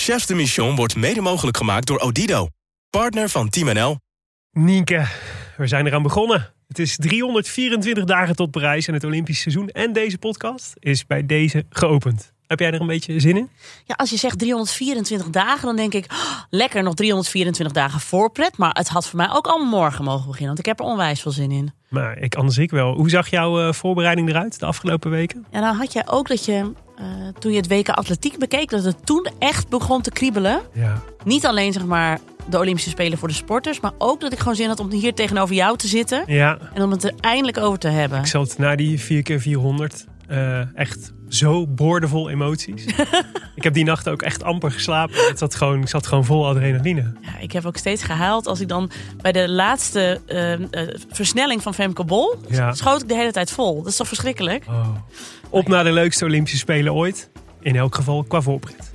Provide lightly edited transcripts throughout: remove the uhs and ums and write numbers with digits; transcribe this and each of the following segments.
Chefs de Mission wordt mede mogelijk gemaakt door Odido, partner van Team NL. Nienke, we zijn eraan begonnen. Het is 324 dagen tot Parijs en het Olympisch seizoen. En deze podcast is bij deze geopend. Heb jij er een beetje zin in? Ja, als je zegt 324 dagen, dan denk ik... lekker, nog 324 dagen voorpret. Maar het had voor mij ook al morgen mogen beginnen. Want ik heb er onwijs veel zin in. Maar ik wel. Hoe zag jouw voorbereiding eruit de afgelopen weken? Ja, dan had jij ook dat je, toen je het WK atletiek bekeek... dat het toen echt begon te kriebelen. Ja. Niet alleen, zeg maar, de Olympische Spelen voor de sporters... maar ook dat ik gewoon zin had om hier tegenover jou te zitten. Ja. En om het er eindelijk over te hebben. Ik zat na die 4x400 echt zo boordevol emoties. Ik heb die nacht ook echt amper geslapen. Ik zat gewoon vol adrenaline. Ja, ik heb ook steeds gehuild als ik dan bij de laatste versnelling van Femke Bol... schoot ik de hele tijd vol. Dat is toch verschrikkelijk? Oh. Op naar de leukste Olympische Spelen ooit. In elk geval qua voorpret.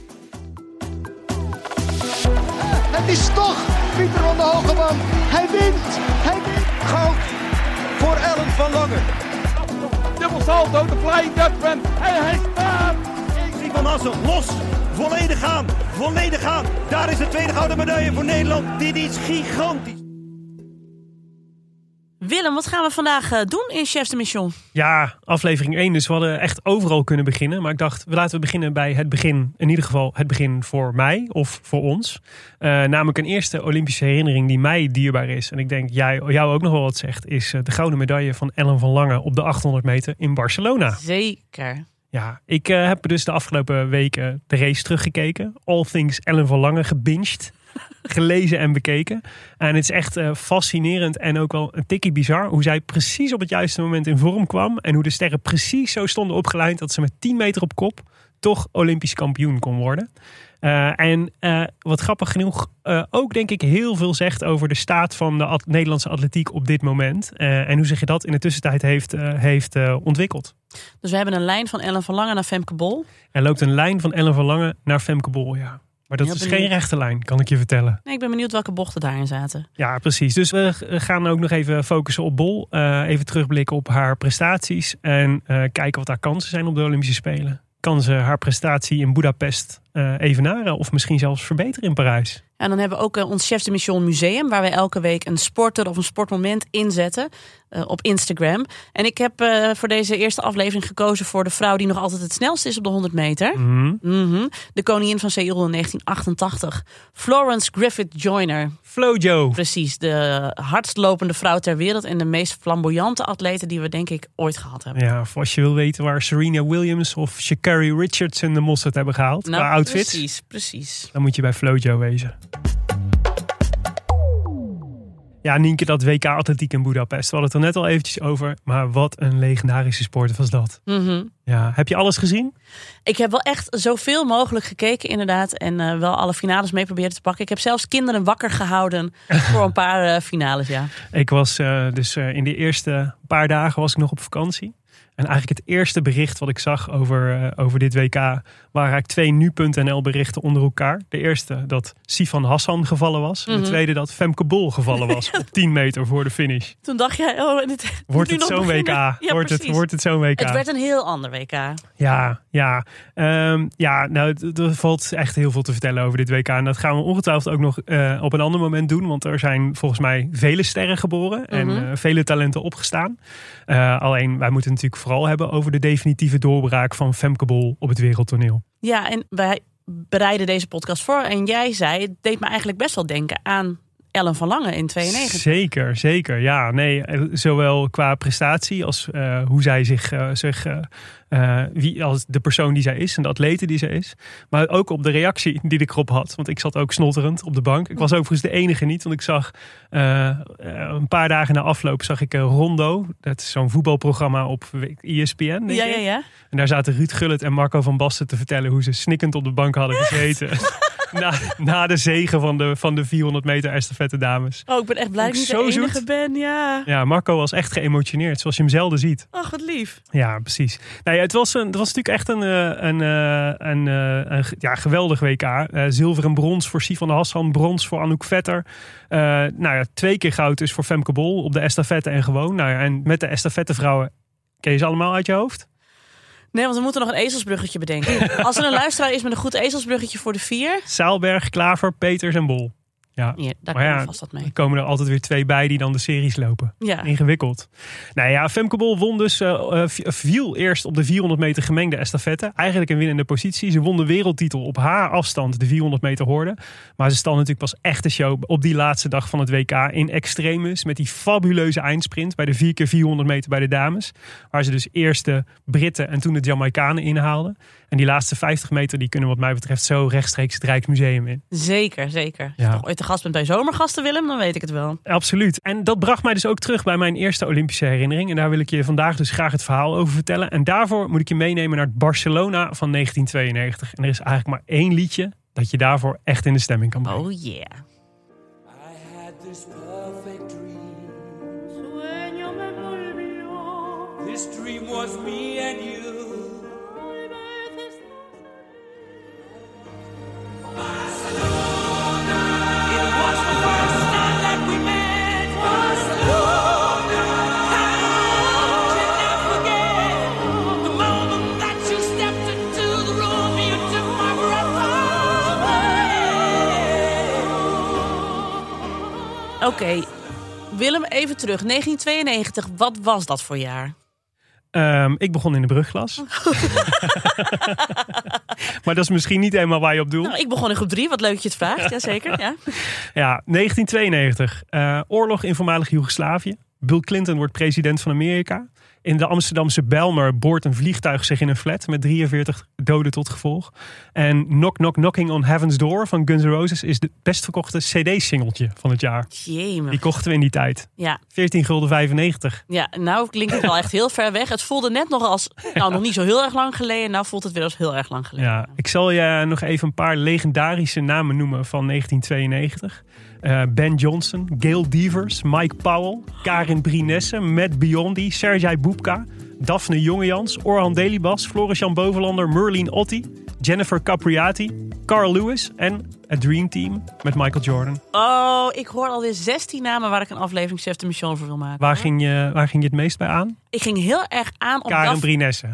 Het is toch Pieter van der Hogeband. Hij wint. Goud voor Ellen van Lange. Dubbel salto, de Flying Dutchman. En hij staat. Van Hassel, los. Volledig gaan. Daar is de tweede gouden medaille voor Nederland. Dit is gigantisch. Willem, wat gaan we vandaag doen in Chefs de Mission? Ja, aflevering 1. Dus we hadden echt overal kunnen beginnen. Maar ik dacht, laten we beginnen bij het begin. In ieder geval het begin voor mij of voor ons. Namelijk een eerste Olympische herinnering die mij dierbaar is. En ik denk jou ook nog wel wat zegt. Is de gouden medaille van Ellen van Lange op de 800 meter in Barcelona. Zeker. Ja, ik heb dus de afgelopen weken de race teruggekeken. All Things Ellen van Lange gebinged. Gelezen en bekeken. En het is echt fascinerend en ook wel een tikkie bizar hoe zij precies op het juiste moment in vorm kwam. En hoe de sterren precies zo stonden opgelijnd dat ze met 10 meter op kop toch Olympisch kampioen kon worden. Wat grappig genoeg ook denk ik heel veel zegt over de staat van de Nederlandse atletiek op dit moment. En hoe zich dat in de tussentijd heeft ontwikkeld. Dus we hebben een lijn van Ellen van Lange naar Femke Bol. Er loopt een lijn van Ellen van Lange naar Femke Bol, ja. Maar dat is geen rechte lijn, kan ik je vertellen. Nee, ik ben benieuwd welke bochten daarin zaten. Ja, precies. Dus we gaan ook nog even focussen op Bol. Even terugblikken op haar prestaties. En kijken wat haar kansen zijn op de Olympische Spelen. Kan ze haar prestatie in Budapest evenaren of misschien zelfs verbeteren in Parijs? En dan hebben we ook ons Chefs de Mission Museum... waar we elke week een sporter of een sportmoment inzetten op Instagram. En ik heb voor deze eerste aflevering gekozen voor de vrouw... die nog altijd het snelste is op de 100 meter. De koningin van Seoul in 1988. Florence Griffith Joyner. Flojo. Precies, de hardst lopende vrouw ter wereld... en de meest flamboyante atlete die we denk ik ooit gehad hebben. Ja, of als je wil weten waar Serena Williams of Sha'Carri Richardson de mosterd hebben gehaald. Nou, qua outfits. Precies. Dan moet je bij Flojo wezen. Ja, Nienke, dat WK atletiek in Budapest. We hadden het er net al eventjes over. Maar wat een legendarische sport was dat. Ja, heb je alles gezien? Ik heb wel echt zoveel mogelijk gekeken inderdaad. En wel alle finales mee proberen te pakken. Ik heb zelfs kinderen wakker gehouden voor een paar finales, ja. Ik was in de eerste paar dagen was ik nog op vakantie. En eigenlijk het eerste bericht wat ik zag over dit WK... waren eigenlijk 2 nu.nl berichten onder elkaar. De eerste dat Sifan Hassan gevallen was. En de tweede dat Femke Bol gevallen was op 10 meter voor de finish. Toen dacht jij, wordt het zo'n WK? Ja, wordt het zo'n WK? Het werd een heel ander WK. Ja. Er valt echt heel veel te vertellen over dit WK. En dat gaan we ongetwijfeld ook nog op een ander moment doen. Want er zijn volgens mij vele sterren geboren. En vele talenten opgestaan. Alleen, wij moeten natuurlijk vooral hebben over de definitieve doorbraak van Femke Bol op het wereldtoneel. Ja, en wij bereiden deze podcast voor. En jij zei, het deed me eigenlijk best wel denken aan Ellen van Lange in 92. Zeker. Ja, nee, zowel qua prestatie als hoe zij zich als de persoon die zij is en de atlete die zij is. Maar ook op de reactie die ik erop had. Want ik zat ook snotterend op de bank. Ik was overigens de enige niet. Want ik zag een paar dagen na afloop zag ik Rondo. Dat is zo'n voetbalprogramma op ESPN. Ja. En daar zaten Ruud Gullit en Marco van Basten te vertellen hoe ze snikkend op de bank hadden gezeten. Na de zege van de 400 meter estafette dames. Oh, ik ben echt blij dat ik niet de enige ben. Ja, Marco was echt geëmotioneerd. Zoals je hem zelden ziet. Ach, wat lief. Ja, precies. Nou ja, het was natuurlijk echt een geweldig WK. Zilver en brons voor Sifan Hassan. Brons voor Anouk Vetter. 2 keer goud dus voor Femke Bol op de estafette en gewoon. En met de estafettevrouwen, ken je ze allemaal uit je hoofd? Nee, want we moeten nog een ezelsbruggetje bedenken. Als er een luisteraar is met een goed ezelsbruggetje voor de 4... Saalberg, Klaver, Peters en Bol. Ja, daar komen vast wat mee. Er komen er altijd weer 2 bij die dan de series lopen. Ja. Ingewikkeld. Nou ja, Femke Bol won dus, viel eerst op de 400 meter gemengde estafette. Eigenlijk een winnende positie. Ze won de wereldtitel op haar afstand, de 400 meter horde. Maar ze stal natuurlijk pas echt de show op die laatste dag van het WK in extremis. Met die fabuleuze eindsprint bij de 4x400 meter bij de dames. Waar ze dus eerst de Britten en toen de Jamaicanen inhaalden. En die laatste 50 meter die kunnen wat mij betreft zo rechtstreeks het Rijksmuseum in. Zeker. Als je toch ooit de gast bent bij Zomergasten, Willem, dan weet ik het wel. Absoluut. En dat bracht mij dus ook terug bij mijn eerste Olympische herinnering. En daar wil ik je vandaag dus graag het verhaal over vertellen. En daarvoor moet ik je meenemen naar het Barcelona van 1992. En er is eigenlijk maar 1 liedje dat je daarvoor echt in de stemming kan brengen. Oh yeah. I had this perfect dream. This dream was me and you. Oké, Willem, even terug. 1992, wat was dat voor jaar? Ik begon in de brugklas. Maar dat is misschien niet helemaal waar je op doelt. Nou, ik begon in groep 3, wat leuk dat je het vraagt. Jazeker, ja. Ja, 1992. Oorlog in voormalig Joegoslavië. Bill Clinton wordt president van Amerika. In de Amsterdamse Bijlmer boort een vliegtuig zich in een flat met 43 doden tot gevolg. En Knock Knock Knocking on Heaven's Door van Guns N' Roses is de best verkochte CD-singeltje van het jaar. Jemig. Die kochten we in die tijd. Ja. 14,95 €. Ja, nou klinkt het wel echt heel ver weg. Het voelde net nog als, nog niet zo heel erg lang geleden. Nou voelt het weer als heel erg lang geleden. Ja, ik zal je nog even een paar legendarische namen noemen van 1992. Ben Johnson, Gail Devers, Mike Powell, Karin Brinesse, Matt Biondi, Sergej Bubka, Daphne Jongejans, Orhan Delibas, Floris-Jan Bovenlander, Merlin Otti, Jennifer Capriati, Carl Lewis en A Dream Team met Michael Jordan. Oh, ik hoor alweer 16 namen waar ik een aflevering Chef de Mission voor wil maken. Waar ging je het meest bij aan? Ik ging heel erg aan op Karin Brinesse.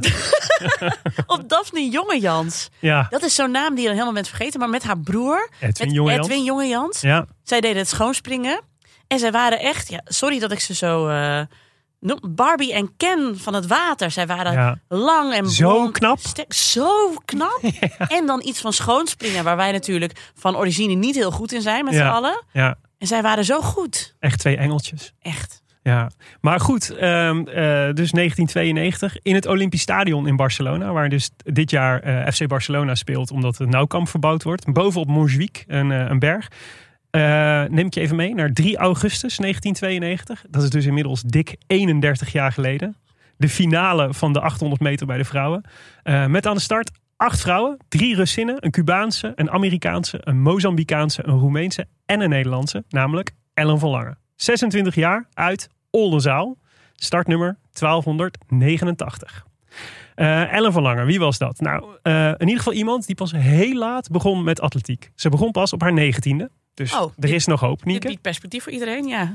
op Daphne Jongejans. Ja. Dat is zo'n naam die je dan helemaal bent vergeten. Maar met haar broer, Edwin Jongejans. Ja. Zij deden het schoonspringen. En zij waren echt, sorry dat ik ze zo... Barbie en Ken van het water. Zij waren lang en blond. Zo knap. Zo knap. Ja. En dan iets van schoonspringen. Waar wij natuurlijk van origine niet heel goed in zijn met z'n allen. Ja. En zij waren zo goed. Echt 2 engeltjes. Echt. Ja, maar goed, dus 1992 in het Olympisch Stadion in Barcelona, waar dus dit jaar FC Barcelona speelt, omdat het Nou Camp verbouwd wordt. Bovenop Montjuïc, een berg. Neem ik je even mee naar 3 augustus 1992. Dat is dus inmiddels dik 31 jaar geleden. De finale van de 800 meter bij de vrouwen. Met aan de start 8 vrouwen, 3 Russinnen, een Cubaanse, een Amerikaanse, een Mozambicaanse, een Roemeense en een Nederlandse, namelijk Ellen van Lange. 26 jaar uit Oldenzaal. Startnummer 1289. Ellen van Lange, wie was dat? Nou, in ieder geval iemand die pas heel laat begon met atletiek. Ze begon pas op haar 19e. Dus er is nog hoop, Nieke. Dit biedt perspectief voor iedereen, ja.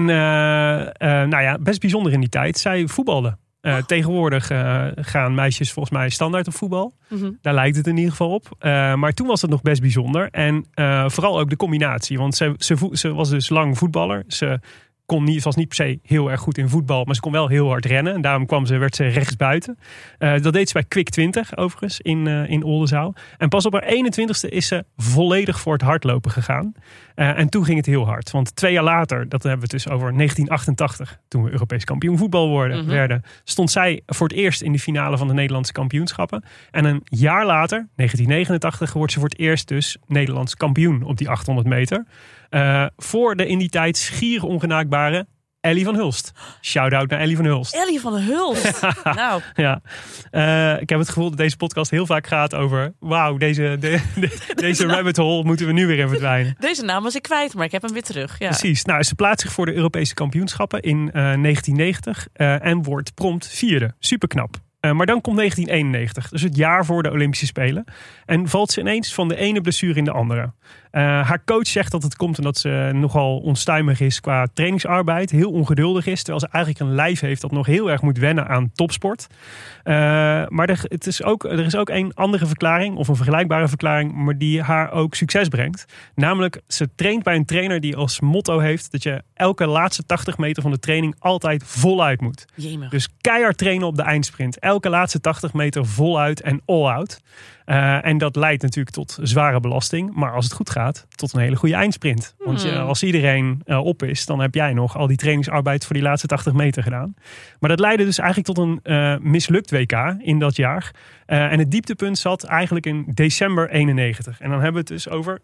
En best bijzonder in die tijd. Zij voetbalde. Tegenwoordig gaan meisjes volgens mij standaard op voetbal. Mm-hmm. Daar lijkt het in ieder geval op. Maar toen was het nog best bijzonder. En vooral ook de combinatie. Want ze was dus lang voetballer. Ze was niet per se heel erg goed in voetbal, maar ze kon wel heel hard rennen. En daarom werd ze rechtsbuiten. Dat deed ze bij Quick 20 overigens in Oldenzaal. En pas op haar 21ste is ze volledig voor het hardlopen gegaan. En toen ging het heel hard. Want 2 jaar later, dat hebben we het dus over 1988... toen we Europees kampioen voetbal werden... stond zij voor het eerst in de finale van de Nederlandse kampioenschappen. En een jaar later, 1989, wordt ze voor het eerst dus Nederlands kampioen op die 800 meter. Voor de in die tijd schier ongenaakbare Ellie van Hulst. Shout-out naar Ellie van Hulst. Ellie van Hulst. Nou. Ja. Ik heb het gevoel dat deze podcast heel vaak gaat over... wauw, deze rabbit hole moeten we nu weer in verdwijnen. Deze naam was ik kwijt, maar ik heb hem weer terug. Ja. Precies. Nou, ze plaatst zich voor de Europese kampioenschappen in 1990 en wordt prompt 4e. Superknap. Maar dan komt 1991, dus het jaar voor de Olympische Spelen. En valt ze ineens van de ene blessure in de andere. Haar coach zegt dat het komt omdat ze nogal onstuimig is qua trainingsarbeid. Heel ongeduldig is, terwijl ze eigenlijk een lijf heeft dat nog heel erg moet wennen aan topsport. Maar er is ook een andere verklaring, of een vergelijkbare verklaring, maar die haar ook succes brengt. Namelijk, ze traint bij een trainer die als motto heeft dat je elke laatste 80 meter van de training altijd voluit moet. Jemig. Dus keihard trainen op de eindsprint. Elke laatste 80 meter voluit en all-out. En dat leidt natuurlijk tot zware belasting. Maar als het goed gaat, tot een hele goede eindsprint. Want als iedereen op is, dan heb jij nog al die trainingsarbeid voor die laatste 80 meter gedaan. Maar dat leidde dus eigenlijk tot een mislukt WK in dat jaar. En het dieptepunt zat eigenlijk in december 91. En dan hebben we het dus over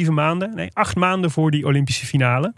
8 maanden voor die Olympische finale.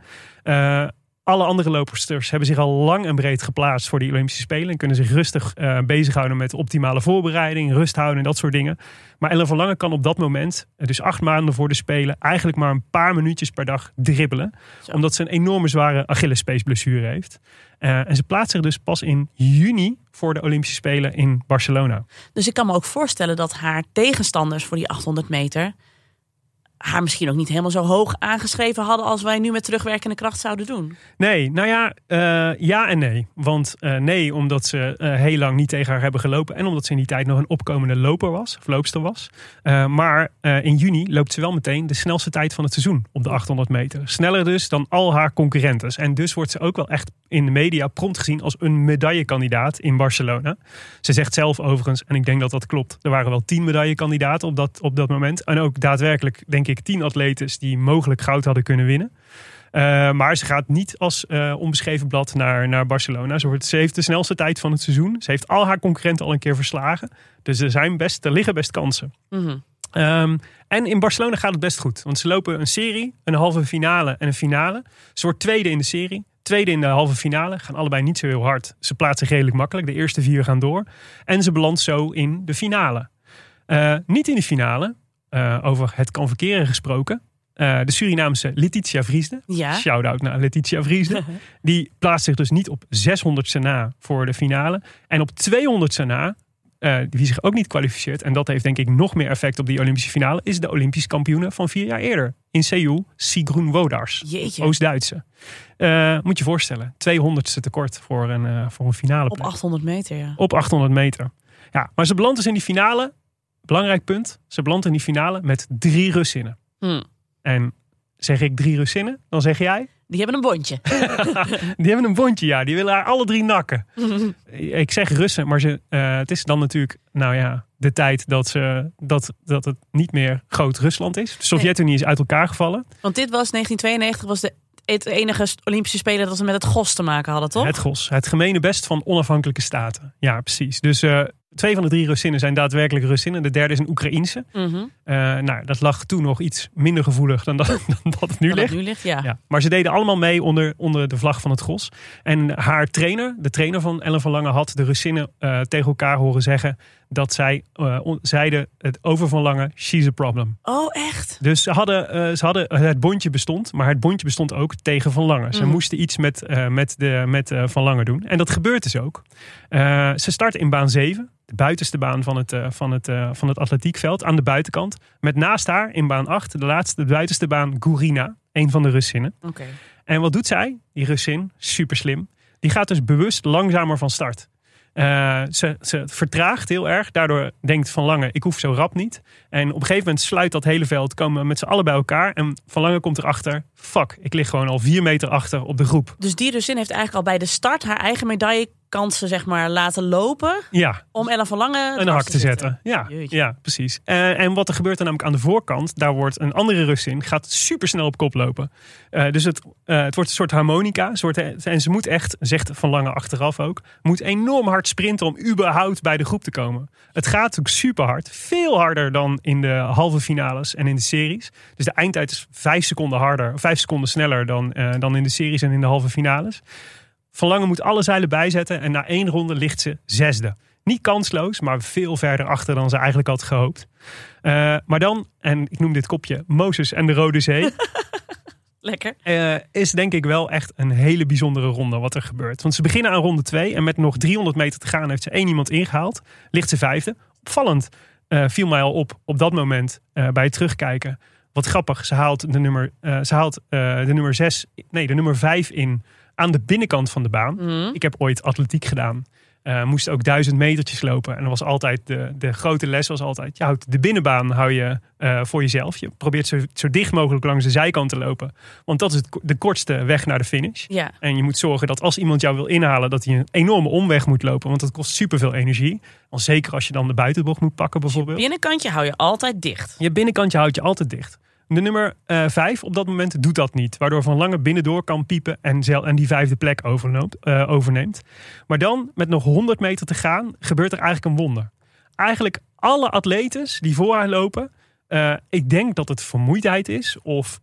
Alle andere lopers hebben zich al lang en breed geplaatst voor die Olympische Spelen. En kunnen zich rustig bezighouden met optimale voorbereiding, rust houden en dat soort dingen. Maar Ellen van Lange kan op dat moment, dus 8 maanden voor de Spelen, eigenlijk maar een paar minuutjes per dag dribbelen. Zo. Omdat ze een enorme zware Achillespeesblessure heeft. En ze plaatst zich dus pas in juni voor de Olympische Spelen in Barcelona. Dus ik kan me ook voorstellen dat haar tegenstanders voor die 800 meter... haar misschien ook niet helemaal zo hoog aangeschreven hadden als wij nu met terugwerkende kracht zouden doen. Nee, nou ja, ja en nee. Want nee, omdat ze heel lang niet tegen haar hebben gelopen. En omdat ze in die tijd nog een opkomende loopster was. Maar in juni loopt ze wel meteen de snelste tijd van het seizoen op de 800 meter. Sneller dus dan al haar concurrentes. En dus wordt ze ook wel echt in de media prompt gezien als een medaillekandidaat in Barcelona. Ze zegt zelf overigens, en ik denk dat dat klopt, er waren wel 10 medaillekandidaten op dat moment. En ook daadwerkelijk, denk ik, 10 atletes die mogelijk goud hadden kunnen winnen. Maar ze gaat niet als onbeschreven blad naar Barcelona. Ze heeft de snelste tijd van het seizoen. Ze heeft al haar concurrenten al een keer verslagen. Dus er liggen best kansen. Mm-hmm. En in Barcelona gaat het best goed. Want ze lopen een serie, een halve finale en een finale. Ze wordt tweede in de serie. Tweede in de halve finale. Gaan allebei niet zo heel hard. Ze plaatst zich redelijk makkelijk. De eerste 4 gaan door. En ze belandt zo in de finale. Niet in de finale. Over het kan verkeren gesproken. De Surinaamse Letitia Vriesde. Ja. Shout-out naar Letitia Vriesde. Die plaatst zich dus niet op 600ste na voor de finale. En op 200ste na, die zich ook niet kwalificeert. En dat heeft denk ik nog meer effect op die Olympische finale. Is de Olympisch kampioene van 4 jaar eerder. In Seoul, Sigrun Wodars. Jeetje. Oost-Duitse. Moet je voorstellen. 200ste tekort voor een finale plek. Op 800 meter, ja. Op 800 meter. Ja, maar ze belandt dus in die finale. Belangrijk punt. Ze belandt in die finale met 3 Russinnen. En zeg ik 3 Russinnen, dan zeg jij? Die hebben een bondje. Die hebben een bondje, ja. Die willen haar alle 3 nakken. Ik zeg Russen, maar het is dan natuurlijk, nou ja, de tijd dat het niet meer groot Rusland is. De Sovjet-Unie is uit elkaar gevallen. Want dit was 1992, was het enige Olympische Spelen dat we met het GOS te maken hadden, toch? Het GOS, het gemene best van onafhankelijke staten. Ja, precies. Dus 2 van de 3 Russinnen zijn daadwerkelijk Russinnen. De derde is een Oekraïense. Mm-hmm. Nou, dat lag toen nog iets minder gevoelig dan dat het nu ligt. Ja. Maar ze deden allemaal mee onder de vlag van het GOS. En haar trainer, de trainer van Ellen van Lange, had de Russinnen tegen elkaar horen zeggen dat zij zeiden het over Van Lange, she's a problem. Oh, echt? Dus ze hadden het bondje bestond, maar het bondje bestond ook tegen Van Lange. Ze moesten iets met Van Lange doen. En dat gebeurt dus ook. Ze start in baan 7. De buitenste baan van het atletiekveld aan de buitenkant. Met naast haar in baan 8 de buitenste baan Gurina. Een van de Russinnen. Okay. En wat doet zij? Die Russin, super slim. Die gaat dus bewust langzamer van start. Ze vertraagt heel erg. Daardoor denkt Van Lange, ik hoef zo rap niet. En op een gegeven moment sluit dat hele veld. Komen met z'n allen bij elkaar. En Van Lange komt erachter. Fuck, ik lig gewoon al 4 meter achter op de groep. Dus die Russin heeft eigenlijk al bij de start haar eigen medaillekansen, zeg maar, laten lopen. Ja. Om Ellen van Lange een hak te zetten. Ja, precies. En wat er gebeurt er namelijk aan de voorkant. Daar wordt een andere Russin. Gaat super snel op kop lopen. Dus het wordt een soort harmonica. En ze moet echt, zegt Van Lange achteraf ook, moet enorm hard sprinten om überhaupt bij de groep te komen. Het gaat ook super hard. Veel harder dan in de halve finales en in de series. Dus de eindtijd is 5 seconden sneller dan in de series en in de halve finales. Van Lange moet alle zeilen bijzetten en na 1 ronde ligt ze 6e. Niet kansloos, maar veel verder achter dan ze eigenlijk had gehoopt. Maar dan, en ik noem dit kopje Mozes en de Rode Zee. Lekker. Is denk ik wel echt een hele bijzondere ronde wat er gebeurt. Want ze beginnen aan ronde 2 en met nog 300 meter te gaan heeft ze 1 iemand ingehaald. Ligt ze 5e. Opvallend viel mij al op dat moment bij het terugkijken. Wat grappig, ze haalt de nummer 5 in aan de binnenkant van de baan. Ik heb ooit atletiek gedaan. Moest ook 1000 metertjes lopen. En dan was altijd de grote les was altijd... Je houdt de binnenbaan hou je voor jezelf. Je probeert zo dicht mogelijk langs de zijkant te lopen. Want dat is de kortste weg naar de finish. Ja. En je moet zorgen dat als iemand jou wil inhalen... dat hij een enorme omweg moet lopen. Want dat kost superveel energie. Want zeker als je dan de buitenbocht moet pakken bijvoorbeeld. Je binnenkantje hou je altijd dicht. Je binnenkantje houdt je altijd dicht. De nummer 5 op dat moment doet dat niet. Waardoor Van Lange binnendoor kan piepen en die 5e plek overneemt. Maar dan, met nog 100 meter te gaan, gebeurt er eigenlijk een wonder. Eigenlijk alle atletes die voor haar lopen... ik denk dat het vermoeidheid is. Of,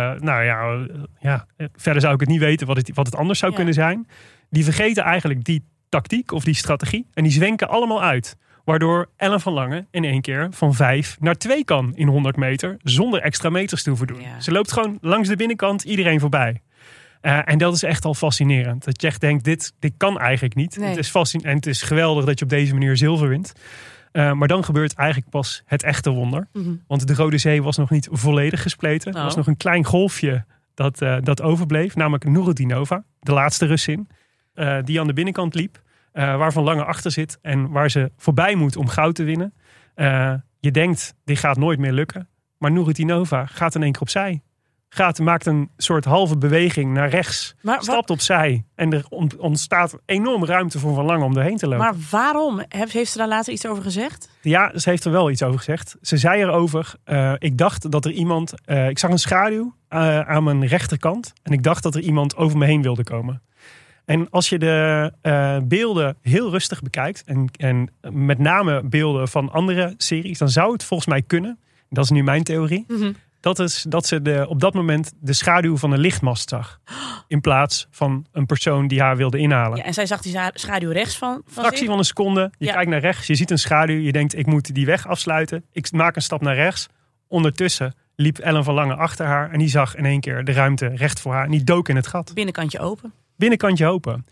verder zou ik het niet weten wat het anders zou kunnen zijn. Die vergeten eigenlijk die tactiek of die strategie. En die zwenken allemaal uit. Waardoor Ellen van Lange in 1 keer van 5 naar 2 kan in 100 meter. Zonder extra meters te hoeven doen. Ja. Ze loopt gewoon langs de binnenkant iedereen voorbij. En dat is echt al fascinerend. Dat je echt denkt, dit kan eigenlijk niet. Nee. Het is fascinerend en het is geweldig dat je op deze manier zilver wint. Maar dan gebeurt eigenlijk pas het echte wonder. Mm-hmm. Want de Rode Zee was nog niet volledig gespleten. Er was nog een klein golfje dat overbleef. Namelijk Nurudinova, de laatste Russin. Die aan de binnenkant liep. Waar Van Lange achter zit en waar ze voorbij moet om goud te winnen. Je denkt, dit gaat nooit meer lukken. Maar Nurudinova gaat in 1 keer opzij. Maakt een soort halve beweging naar rechts. Stapt opzij. En er ontstaat enorm ruimte voor Van Lange om erheen te lopen. Maar waarom? Heeft ze daar later iets over gezegd? Ja, ze heeft er wel iets over gezegd. Ze zei erover, ik dacht dat er iemand... ik zag een schaduw aan mijn rechterkant. En ik dacht dat er iemand over me heen wilde komen. En als je de beelden heel rustig bekijkt... en met name beelden van andere series... dan zou het volgens mij kunnen. Dat is nu mijn theorie. Mm-hmm. Dat ze op dat moment de schaduw van een lichtmast zag. In plaats van een persoon die haar wilde inhalen. Ja, en zij zag die schaduw rechts van fractie van een seconde. Je kijkt naar rechts, je ziet een schaduw. Je denkt, ik moet die weg afsluiten. Ik maak een stap naar rechts. Ondertussen liep Ellen van Lange achter haar. En die zag in 1 keer de ruimte recht voor haar. En die dook in het gat. Binnenkantje open. Binnenkantje open.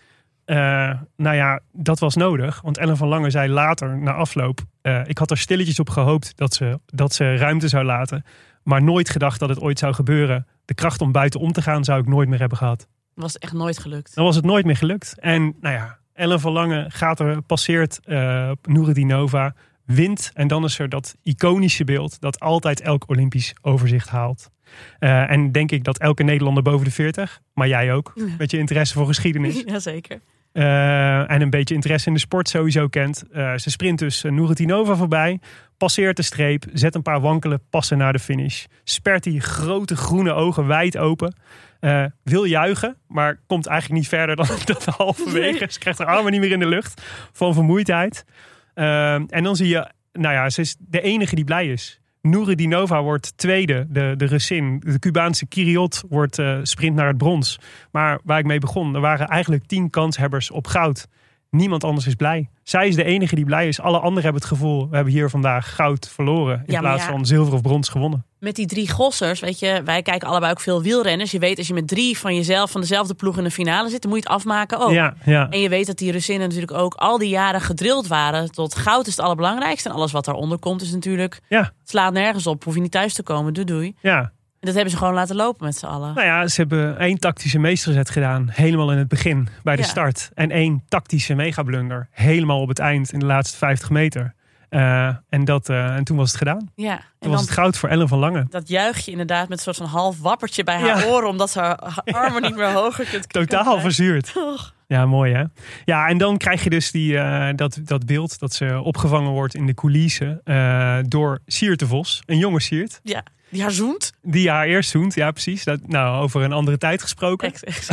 Dat was nodig. Want Ellen van Lange zei later, na afloop... ik had er stilletjes op gehoopt dat ze ruimte zou laten. Maar nooit gedacht dat het ooit zou gebeuren. De kracht om buiten om te gaan zou ik nooit meer hebben gehad. Was het echt nooit gelukt? Dan was het nooit meer gelukt. En Ellen van Lange passeert Nurudinova, wint. En dan is er dat iconische beeld dat altijd elk Olympisch overzicht haalt. En denk ik dat elke Nederlander boven de 40, maar jij ook, met je interesse voor geschiedenis. Jazeker. En een beetje interesse in de sport sowieso kent. Ze sprint dus Nurudinova voorbij. Passeert de streep. Zet een paar wankele passen naar de finish. Spert die grote groene ogen wijd open. Wil juichen. Maar komt eigenlijk niet verder dan halverwege. Ze krijgt haar armen niet meer in de lucht. Van vermoeidheid. En dan zie je... ze is de enige die blij is. Nurudinova wordt tweede. De Russin. De Cubaanse Kiriot wordt sprint naar het brons. Maar waar ik mee begon. Er waren eigenlijk 10 kanshebbers op goud. Niemand anders is blij. Zij is de enige die blij is. Alle anderen hebben het gevoel, we hebben hier vandaag goud verloren. In plaats van zilver of brons gewonnen. Met die 3 gossers, weet je, wij kijken allebei ook veel wielrenners. Je weet, als je met 3 van jezelf, van dezelfde ploeg in de finale zit, dan moet je het afmaken ook. Ja. En je weet dat die Russinnen natuurlijk ook al die jaren gedrild waren. Tot goud is het allerbelangrijkste. En alles wat daaronder komt is natuurlijk, het slaat nergens op. Hoef je niet thuis te komen, doei. Ja. En dat hebben ze gewoon laten lopen met z'n allen. Ze hebben 1 tactische meesterzet gedaan. Helemaal in het begin, bij de start. En 1 tactische megablunder. Helemaal op het eind, in de laatste 50 meter. En toen was het gedaan. Ja, toen was het goud voor Ellen van Lange. Dat juich je inderdaad met een soort van half wappertje bij haar oren. Omdat ze haar armen niet meer hoger kunt krijgen. Totaal verzuurd. Ja, mooi hè. Ja, en dan krijg je dus dat beeld dat ze opgevangen wordt in de coulissen. Door Siert de Vos. Een jonge Siert. Ja. Die haar zoent? Die haar eerst zoent, ja precies. Over een andere tijd gesproken.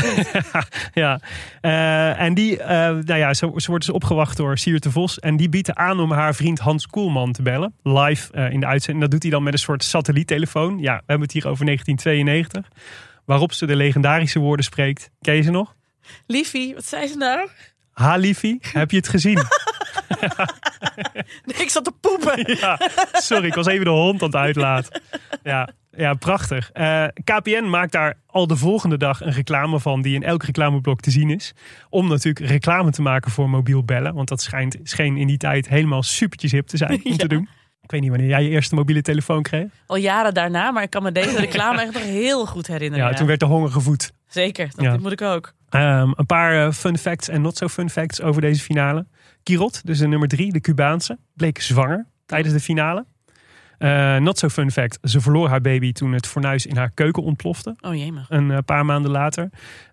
Ja. En ze wordt dus opgewacht door Siert de Vos. En die biedt aan om haar vriend Hans Koelman te bellen. Live in de uitzending. Dat doet hij dan met een soort satelliettelefoon. Ja, we hebben het hier over 1992. Waarop ze de legendarische woorden spreekt. Ken je ze nog? Liefie, wat zei ze nou? Ha, liefie, heb je het gezien? Nee, ik zat te poepen. Ja, sorry, ik was even de hond aan het uitlaten. Ja, Ja, prachtig. KPN maakt daar al de volgende dag een reclame van die in elk reclameblok te zien is. Om natuurlijk reclame te maken voor mobiel bellen. Want dat scheen in die tijd helemaal supertjes hip te zijn om te doen. Ik weet niet wanneer jij je eerste mobiele telefoon kreeg. Al jaren daarna, maar ik kan me deze reclame echt nog heel goed herinneren. Ja, toen werd de honger gevoed. Zeker, dat moet ik ook. Een paar fun facts en not so fun facts over deze finale. Quirot, dus de nummer 3, de Cubaanse, bleek zwanger tijdens de finale. Not so fun fact, ze verloor haar baby toen het fornuis in haar keuken ontplofte. Oh jemig. Een paar maanden later.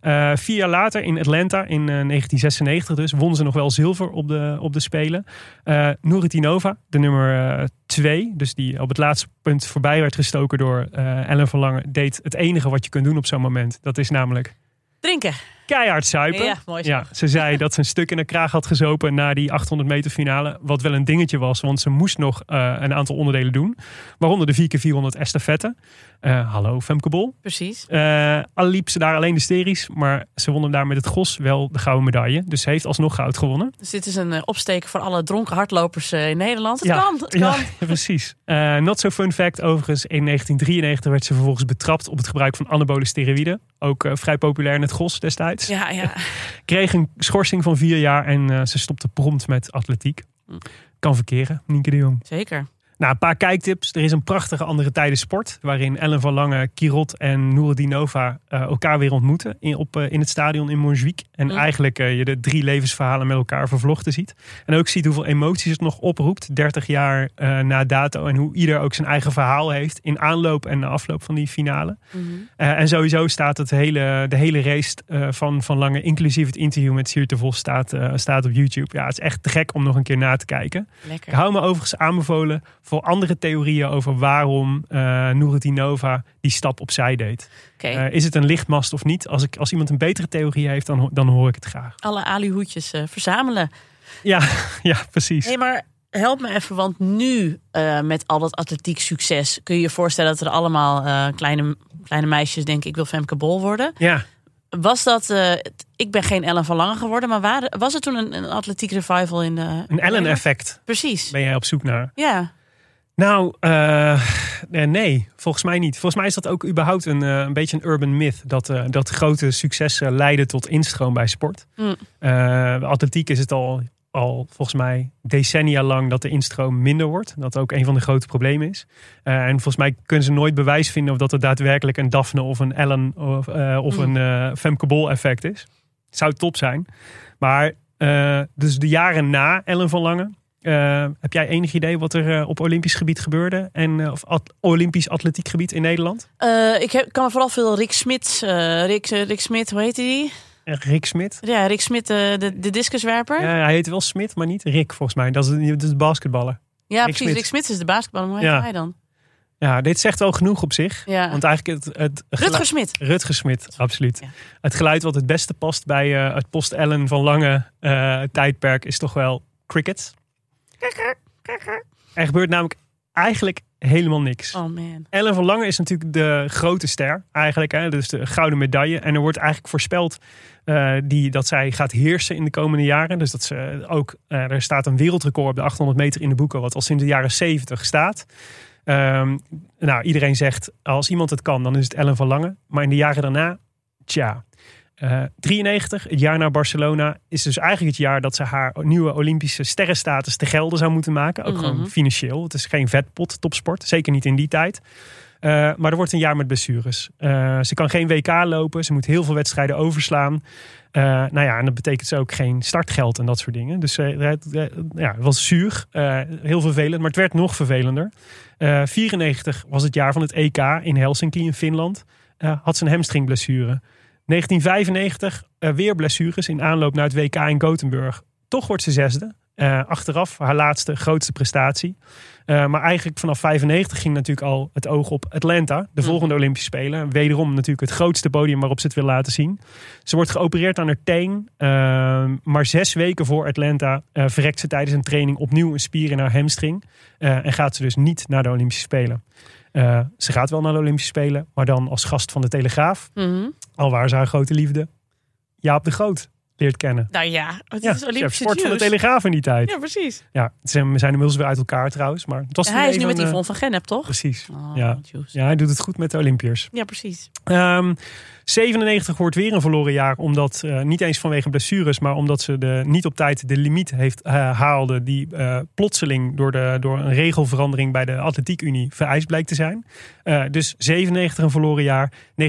4 jaar later in Atlanta, in 1996 dus, won ze nog wel zilver op de Spelen. Nuritinova, de nummer 2, dus die op het laatste punt voorbij werd gestoken door Ellen van Lange, deed het enige wat je kunt doen op zo'n moment. Dat is namelijk drinken. Keihard zuipen. Ja, mooi zo. Ja, ze zei dat ze een stuk in de kraag had gezopen na die 800 meter finale. Wat wel een dingetje was, want ze moest nog een aantal onderdelen doen. Waaronder de 4x400 estafette. Hallo Femke Bol. Precies. Al liep ze daar alleen de series, maar ze wonnen daar met het gos wel de gouden medaille. Dus ze heeft alsnog goud gewonnen. Dus dit is een opsteken voor alle dronken hardlopers in Nederland. Het kan. Ja, precies. Not so fun fact overigens. In 1993 werd ze vervolgens betrapt op het gebruik van anabole steroïden. Ook vrij populair in het gos destijds. Ja. Kreeg een schorsing van 4 jaar en ze stopte prompt met atletiek. Kan verkeren, Nienke de Jong. Zeker. Nou, een paar kijktips. Er is een prachtige andere tijden sport. Waarin Ellen van Lange, Quirot en Nuritinova elkaar weer ontmoeten. In het stadion in Montjuïc. En eigenlijk je de 3 levensverhalen met elkaar vervlochten ziet. En ook ziet hoeveel emoties het nog oproept. 30 jaar na dato. En hoe ieder ook zijn eigen verhaal heeft. In aanloop en na afloop van die finale. En sowieso staat de hele race van Lange. Inclusief het interview met Siert de Vos staat op YouTube. Ja, het is echt te gek om nog een keer na te kijken. Lekker. Ik hou me overigens aanbevolen voor andere theorieën over waarom Nuritinova die stap opzij deed. Okay. Is het een lichtmast of niet? Als iemand een betere theorie heeft, dan hoor ik het graag. Alle alihoedjes verzamelen. Ja, precies. Hey, maar help me even, want nu met al dat atletiek succes kun je je voorstellen dat er allemaal kleine meisjes denken ik wil Femke Bol worden. Ja. Was dat, ik ben geen Ellen van Lange geworden, maar was er toen een atletiek revival in de... Een Ellen-effect. Precies. Ben jij op zoek naar? Ja. Nou, nee, volgens mij niet. Volgens mij is dat ook überhaupt een beetje een urban myth. Dat grote successen leiden tot instroom bij sport. Atletiek is het al volgens mij decennia lang dat de instroom minder wordt. Dat ook een van de grote problemen is. En volgens mij kunnen ze nooit bewijs vinden of dat het daadwerkelijk een Daphne of een Ellen of een Femke Bol effect is. Het zou top zijn. Maar dus de jaren na Ellen van Lange. Heb jij enig idee wat er op Olympisch gebied gebeurde? Of Olympisch atletiek gebied in Nederland? Ik kan me vooral veel Rick Smit. Rick Smit, hoe heet die? Rick Smit? Ja, Rick Smit, de discuswerper. Ja, hij heet wel Smit, maar niet Rick volgens mij. Dat is de basketballer. Ja, precies. Rick Smit is de basketballer. Hoe heet hij dan? Ja, dit zegt wel genoeg op zich. Ja. Want eigenlijk Rutger Smit. Rutger Smit, absoluut. Ja. Het geluid wat het beste past bij het post-Ellen van Lange tijdperk is toch wel cricket. Er gebeurt namelijk eigenlijk helemaal niks. Oh man. Ellen van Lange is natuurlijk de grote ster eigenlijk. Hè? Dus de gouden medaille. En er wordt eigenlijk voorspeld dat zij gaat heersen in de komende jaren. Dus dat ze ook, er staat een wereldrecord op de 800 meter in de boeken. Wat al sinds de jaren 70 staat. Iedereen zegt als iemand het kan dan is het Ellen van Lange. Maar in de jaren daarna, 93, het jaar na Barcelona, is dus eigenlijk het jaar dat ze haar nieuwe Olympische sterrenstatus te gelden zou moeten maken. Ook gewoon financieel. Het is geen vetpot topsport. Zeker niet in die tijd. Maar er wordt een jaar met blessures. Ze kan geen WK lopen. Ze moet heel veel wedstrijden overslaan. En dat betekent ze ook geen startgeld en dat soort dingen. Dus het was zuur. Heel vervelend. Maar het werd nog vervelender. 94 was het jaar van het EK in Helsinki in Finland. Had ze een hamstringblessure. 1995 weer blessures in aanloop naar het WK in Gothenburg. Toch wordt ze 6e. Achteraf haar laatste grootste prestatie. Maar eigenlijk vanaf 95 ging natuurlijk al het oog op Atlanta. De volgende Olympische Spelen. Wederom natuurlijk het grootste podium waarop ze het wil laten zien. Ze wordt geopereerd aan haar teen. Maar 6 weken voor Atlanta verrekt ze tijdens een training opnieuw een spier in haar hamstring. En gaat ze dus niet naar de Olympische Spelen. Ze gaat wel naar de Olympische Spelen. Maar dan als gast van de Telegraaf. Alwaar ze haar grote liefde Jaap de Groot leert kennen. Nou ja, het Ja, is Olympische sport van de juice. Telegraaf in die tijd. Ja, precies. Ja, we zijn inmiddels weer uit elkaar trouwens. Maar het was En hij is nu met even, Yvonne van Gennep, toch? Precies. Oh, Ja. juice. Ja, hij doet het goed met de Olympiërs. Ja, precies. 97 wordt weer een verloren jaar. Omdat, niet eens vanwege blessures, maar omdat ze niet op tijd de limiet haalde. Die plotseling door een regelverandering bij de Atletiek Unie vereist blijkt te zijn. Dus 97 een verloren jaar.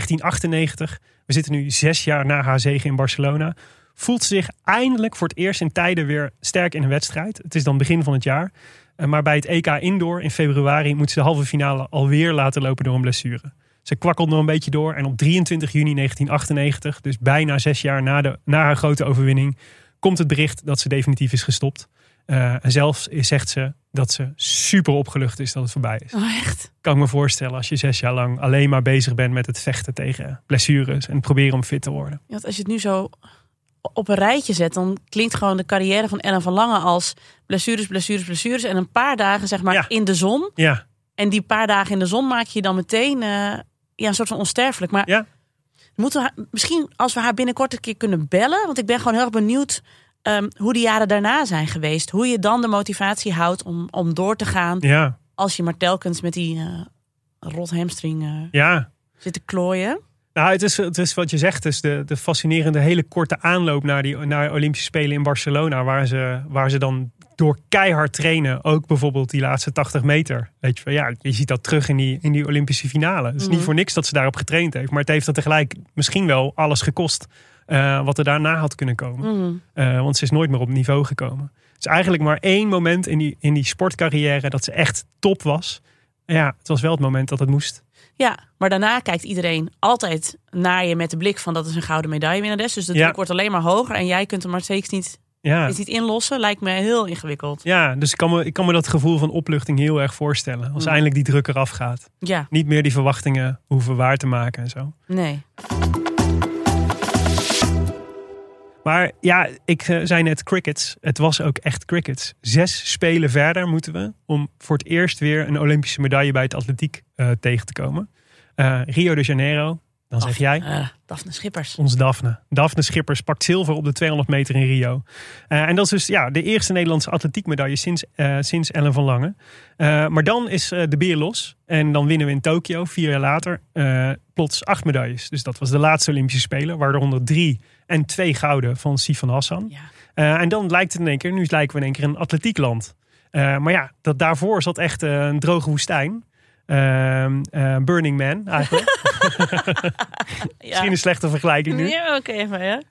1998, we zitten nu 6 jaar na haar zege in Barcelona. Voelt ze zich eindelijk voor het eerst in tijden weer sterk in een wedstrijd. Het is dan begin van het jaar. Maar bij het EK Indoor in februari moet ze de halve finale alweer laten lopen door een blessure. Ze kwakkelt nog een beetje door en op 23 juni 1998, dus bijna 6 jaar na haar grote overwinning, komt het bericht dat ze definitief is gestopt. En zelfs zegt ze dat ze super opgelucht is dat het voorbij is. Oh, echt? Kan ik me voorstellen als je 6 jaar lang alleen maar bezig bent met het vechten tegen blessures en het proberen om fit te worden. Ja, want als je het nu zo op een rijtje zet, dan klinkt gewoon de carrière van Ellen van Lange als blessures en een paar dagen zeg maar in de zon. Ja. En die paar dagen in de zon maak je dan meteen een soort van onsterfelijk. Maar Ja. moeten we misschien als we haar binnenkort een keer kunnen bellen, want ik ben gewoon heel erg benieuwd hoe die jaren daarna zijn geweest. Hoe je dan de motivatie houdt om door te gaan. Ja. Als je maar telkens met die rot hamstring Ja. zit te klooien. Nou, het is wat je zegt, dus de fascinerende hele korte aanloop naar Olympische Spelen in Barcelona, waar ze dan door keihard trainen, ook bijvoorbeeld die laatste 80 meter. Weet je, je ziet dat terug in die Olympische finale. Het is niet voor niks dat ze daarop getraind heeft, maar het heeft er tegelijk misschien wel alles gekost wat er daarna had kunnen komen. Want ze is nooit meer op niveau gekomen. Het is eigenlijk maar 1 moment in die sportcarrière dat ze echt top was. Ja, het was wel het moment dat het moest. Ja, maar daarna kijkt iedereen altijd naar je met de blik van dat is een gouden medaillewinnares. Dus de druk wordt alleen maar hoger en jij kunt er maar steeds niet inlossen. Lijkt me heel ingewikkeld. Ja, dus ik kan me dat gevoel van opluchting heel erg voorstellen. Als eindelijk die druk eraf gaat. Ja. Niet meer die verwachtingen hoeven waar te maken en zo. Nee. Maar ja, ik zei net crickets. Het was ook echt crickets. 6 spelen verder moeten we om voor het eerst weer een Olympische medaille bij het atletiek tegen te komen. Rio de Janeiro, dan zeg jij. Daphne Schippers. Ons Daphne. Daphne Schippers pakt zilver op de 200 meter in Rio. En dat is dus de eerste Nederlandse atletiekmedaille sinds Ellen van Lange. Maar dan is de beer los. En dan winnen we in Tokio, 4 jaar later, plots 8 medailles. Dus dat was de laatste Olympische Spelen. Waaronder 3 en 2 gouden van Sifan Hassan. Ja. En dan lijkt het in één keer, nu lijken we in één keer een atletiekland. Maar ja, daarvoor zat echt een droge woestijn. Burning Man eigenlijk. Misschien een slechte vergelijking nu. Ja, oké.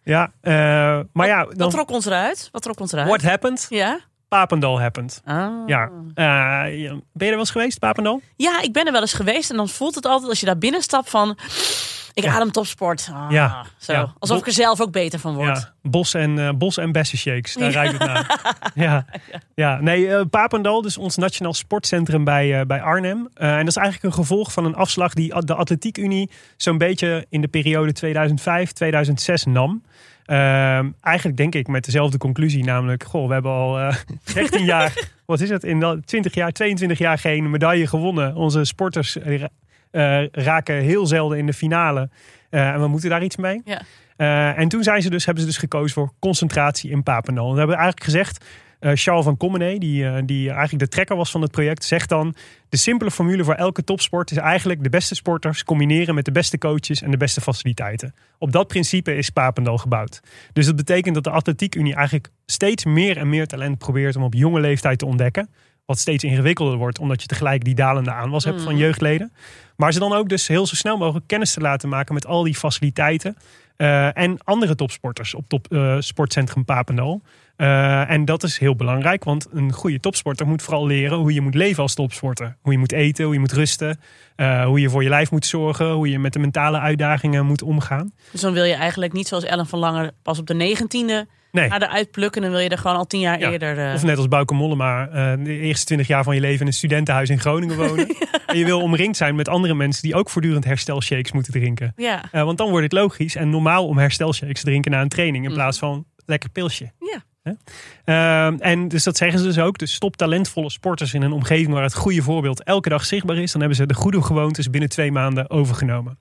Maar ja, wat trok ons eruit? What happened? Ja. Papendal happened. Ah. Ja. Ben je er wel eens geweest, Papendal? Ja, ik ben er wel eens geweest. En dan voelt het altijd als je daar binnenstapt van ik adem topsport. Zo. Ja. Alsof ik er zelf ook beter van word. Ja. Bos en bessenshakes. Daar ruikt het naar. Ja. Nee, Papendal, dus ons nationaal sportcentrum bij Arnhem. En dat is eigenlijk een gevolg van een afslag die de Atletiek Unie zo'n beetje in de periode 2005-2006 nam. Eigenlijk denk ik met dezelfde conclusie, namelijk we hebben al 13 jaar, wat is het, in 22 jaar geen medaille gewonnen. Onze sporters raken heel zelden in de finale en we moeten daar iets mee. Ja. En toen hebben ze dus gekozen voor concentratie in Papendal. En we hebben eigenlijk gezegd, Charles van Commenay, die eigenlijk de trekker was van het project, zegt dan: de simpele formule voor elke topsport is eigenlijk de beste sporters combineren met de beste coaches en de beste faciliteiten. Op dat principe is Papendal gebouwd. Dus dat betekent dat de Atletiek Unie eigenlijk steeds meer en meer talent probeert om op jonge leeftijd te ontdekken. Wat steeds ingewikkelder wordt, omdat je tegelijk die dalende aanwas hebt van jeugdleden. Maar ze dan ook dus heel zo snel mogelijk kennis te laten maken met al die faciliteiten. En andere topsporters op sportcentrum Papendal. En dat is heel belangrijk, want een goede topsporter moet vooral leren hoe je moet leven als topsporter. Hoe je moet eten, hoe je moet rusten, hoe je voor je lijf moet zorgen, hoe je met de mentale uitdagingen moet omgaan. Dus dan wil je eigenlijk niet zoals Ellen van Lange pas op de 19e naar eruit plukken. Dan wil je er gewoon al 10 jaar eerder... Of net als Bauke Mollema, de eerste 20 jaar van je leven in een studentenhuis in Groningen wonen. En je wil omringd zijn met andere mensen die ook voortdurend herstelshakes moeten drinken. Ja. Want dan wordt het logisch en normaal om herstelshakes te drinken na een training in plaats van lekker pilsje. Ja. En dus dat zeggen ze dus ook. Dus stop talentvolle sporters in een omgeving waar het goede voorbeeld elke dag zichtbaar is. Dan hebben ze de goede gewoontes binnen 2 maanden overgenomen.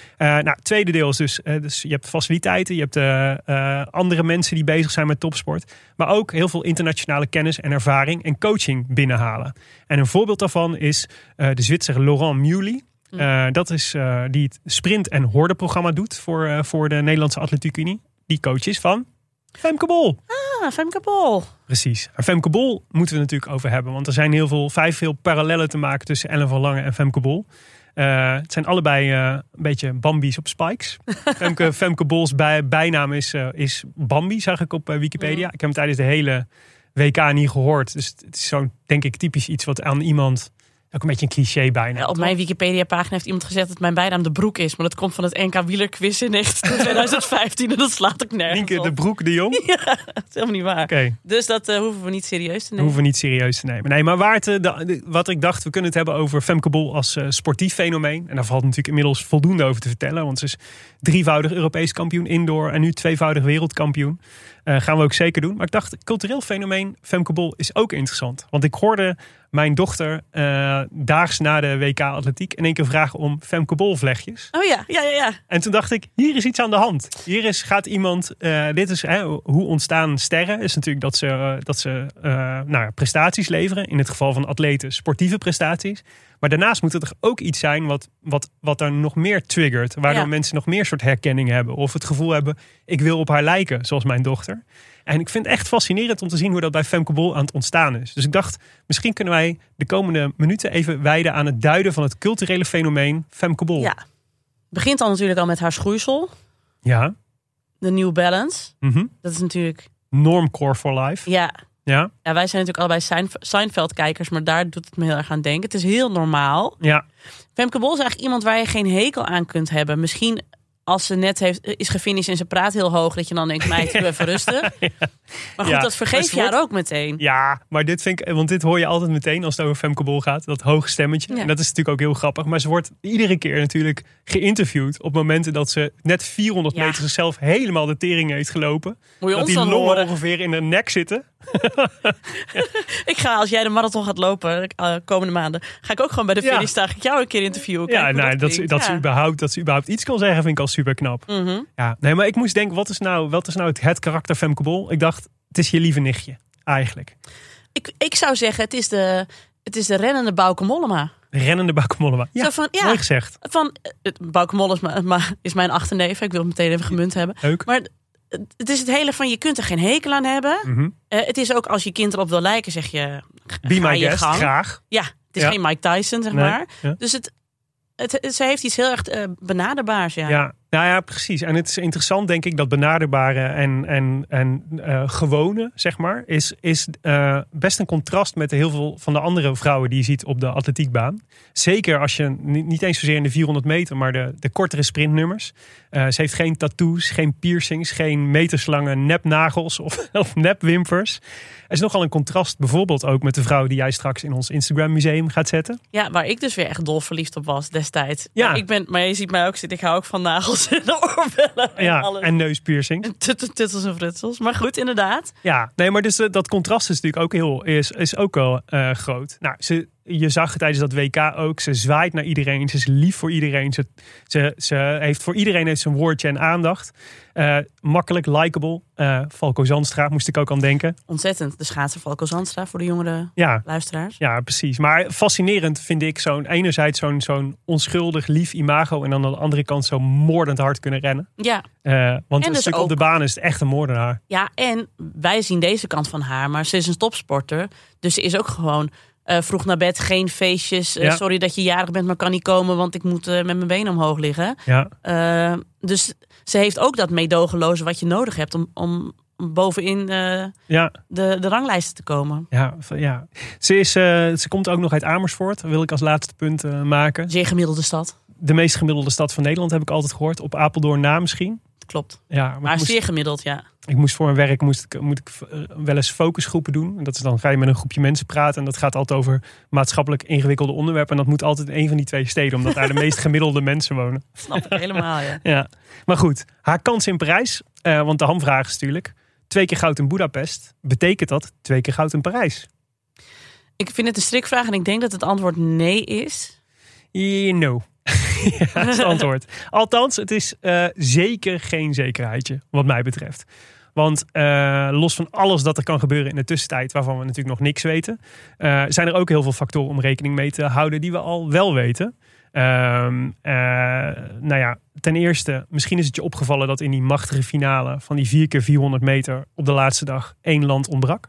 Het tweede deel is dus je hebt faciliteiten, je hebt andere mensen die bezig zijn met topsport. Maar ook heel veel internationale kennis en ervaring en coaching binnenhalen. En een voorbeeld daarvan is de Zwitser Laurent Muley. Dat is die het sprint- en hordenprogramma doet voor de Nederlandse Atletiek Unie. Die coach is van Femke Bol. Femke Bol. Precies. Maar Femke Bol moeten we het natuurlijk over hebben. Want er zijn veel parallellen te maken tussen Ellen van Lange en Femke Bol. Het zijn allebei een beetje Bambi's op spikes. Femke Bols bijnaam is Bambi, zag ik op Wikipedia. Ik heb hem tijdens de hele WK niet gehoord. Dus het is zo'n, denk ik, typisch iets wat aan iemand... Ook een beetje een cliché bijna. Ja, op mijn Wikipedia-pagina heeft iemand gezegd dat mijn bijnaam de Broek is. Maar dat komt van het NK wielerquiz in 2015. En dat slaat ik nergens Nienke op. de Broek de Jong? Ja, dat is helemaal niet waar. Okay. Dus dat hoeven we niet serieus te nemen. Nee, maar wat ik dacht, we kunnen het hebben over Femke Bol als sportief fenomeen. En daar valt natuurlijk inmiddels voldoende over te vertellen. Want ze is 3-voudig Europees kampioen indoor en nu 2-voudig wereldkampioen. Gaan we ook zeker doen. Maar ik dacht, cultureel fenomeen Femke Bol is ook interessant. Want ik hoorde mijn dochter daags na de WK Atletiek in één keer vragen om Femke Bol vlechtjes. Oh ja. En toen dacht ik, hier is iets aan de hand. Gaat iemand, dit is hoe ontstaan sterren. Is natuurlijk dat ze prestaties leveren. In het geval van atleten sportieve prestaties. Maar daarnaast moet er toch ook iets zijn wat er nog meer triggert. Waardoor mensen nog meer soort herkenning hebben. Of het gevoel hebben, ik wil op haar lijken, zoals mijn dochter. En ik vind het echt fascinerend om te zien hoe dat bij Femke Bol aan het ontstaan is. Dus ik dacht, misschien kunnen wij de komende minuten even wijden aan het duiden van het culturele fenomeen Femke Bol. Ja. Begint dan natuurlijk al met haar schoeisel. Ja. De New Balance. Mm-hmm. Dat is natuurlijk... Normcore for life. Ja. Ja, wij zijn natuurlijk allebei Seinfeld-kijkers, maar daar doet het me heel erg aan denken. Het is heel normaal. Ja. Femke Bol is eigenlijk iemand waar je geen hekel aan kunt hebben. Misschien als ze net is gefinished en ze praat heel hoog, dat je dan denkt, meid, doe even rustig. Ja. Maar goed, dat vergeef je haar ook meteen. Ja, maar dit hoor je altijd meteen als het over Femke Bol gaat. Dat hoge stemmetje. Ja. En dat is natuurlijk ook heel grappig. Maar ze wordt iedere keer natuurlijk geïnterviewd op momenten dat ze net 400 meter zichzelf helemaal de tering heeft gelopen. Moet je dat ons die dan longen horen? ongeveer in de nek zitten. Ik ga, als jij de marathon gaat lopen komende maanden, ga ik ook gewoon bij de finish staan. Ga ik jou een keer interviewen. Dat ze überhaupt iets kan zeggen, vind ik al super knap. Mm-hmm. Ja, nee, maar ik moest denken, wat is nou het karakter Femke Bol? Ik dacht, het is je lieve nichtje, eigenlijk. Ik zou zeggen, het is de rennende Bauke Mollema. Rennende Bauke Mollema. Ja, mooi gezegd. Bauke Mollema is mijn achterneef. Ik wil het meteen even gemunt hebben. Leuk. Maar het is het hele van, je kunt er geen hekel aan hebben. Mm-hmm. Het is ook, als je kind erop wil lijken, zeg je, be my guest, graag. Ja, het is geen Mike Tyson, zeg maar. Ja. Dus ze heeft iets heel erg benaderbaars. Ja. Nou ja, precies. En het is interessant, denk ik, dat benaderbare en gewone, zeg maar, is best een contrast met heel veel van de andere vrouwen die je ziet op de atletiekbaan. Zeker als je niet eens zozeer in de 400 meter, maar de kortere sprintnummers. Ze heeft geen tattoos, geen piercings, geen meterslange nepnagels of nepwimpers. Er is nogal een contrast bijvoorbeeld ook met de vrouw die jij straks in ons Instagram museum gaat zetten. Ja, waar ik dus weer echt dol verliefd op was destijds. Ja. Maar je ziet mij ook zitten, ik hou ook van nagels en oorbellen en alles. En neuspiercings. Tuttels en frutsels. Maar goed, inderdaad. Ja, nee, maar dus dat contrast is natuurlijk ook is ook wel groot. Nou, je zag tijdens dat WK ook, ze zwaait naar iedereen. Ze is lief voor iedereen. Ze heeft voor iedereen heeft een woordje en aandacht. Makkelijk, likable. Falco Zandstra moest ik ook aan denken. Ontzettend. De schaatser Falco Zandstra voor de jongere luisteraars. Ja, precies. Maar fascinerend vind ik enerzijds zo'n onschuldig, lief imago. En dan aan de andere kant zo moordend hard kunnen rennen. Ja. Want een stuk op de baan is het echt een moordenaar. Ja, en wij zien deze kant van haar. Maar ze is een topsporter. Dus ze is ook gewoon... vroeg naar bed, geen feestjes. Sorry dat je jarig bent, maar kan niet komen, want ik moet met mijn benen omhoog liggen. Ja. Dus ze heeft ook dat meedogenloze wat je nodig hebt om bovenin de ranglijsten te komen. Ja. Ze komt ook nog uit Amersfoort, wil ik als laatste punt maken. Zeer gemiddelde stad. De meest gemiddelde stad van Nederland heb ik altijd gehoord. Op Apeldoorn na misschien. Klopt. Ja, maar zeer gemiddeld, ja. Ik moest voor mijn werk moet ik wel eens focusgroepen doen. En dat is dan ga je met een groepje mensen praten. En dat gaat altijd over maatschappelijk ingewikkelde onderwerpen. En dat moet altijd in een van die twee steden. Omdat daar de meest gemiddelde mensen wonen. Snap ik helemaal, ja. Ja. Maar goed, haar kans in Parijs. Want de hamvraag is natuurlijk... 2 keer goud in Budapest. Betekent dat 2 keer goud in Parijs? Ik vind het een strikvraag en ik denk dat het antwoord nee is. No. Ja, dat is het antwoord. Althans, het is zeker geen zekerheidje, wat mij betreft. Want los van alles dat er kan gebeuren in de tussentijd, waarvan we natuurlijk nog niks weten, zijn er ook heel veel factoren om rekening mee te houden die we al wel weten. Ten eerste, misschien is het je opgevallen dat in die machtige finale van die 4 keer 400 meter op de laatste dag 1 land ontbrak.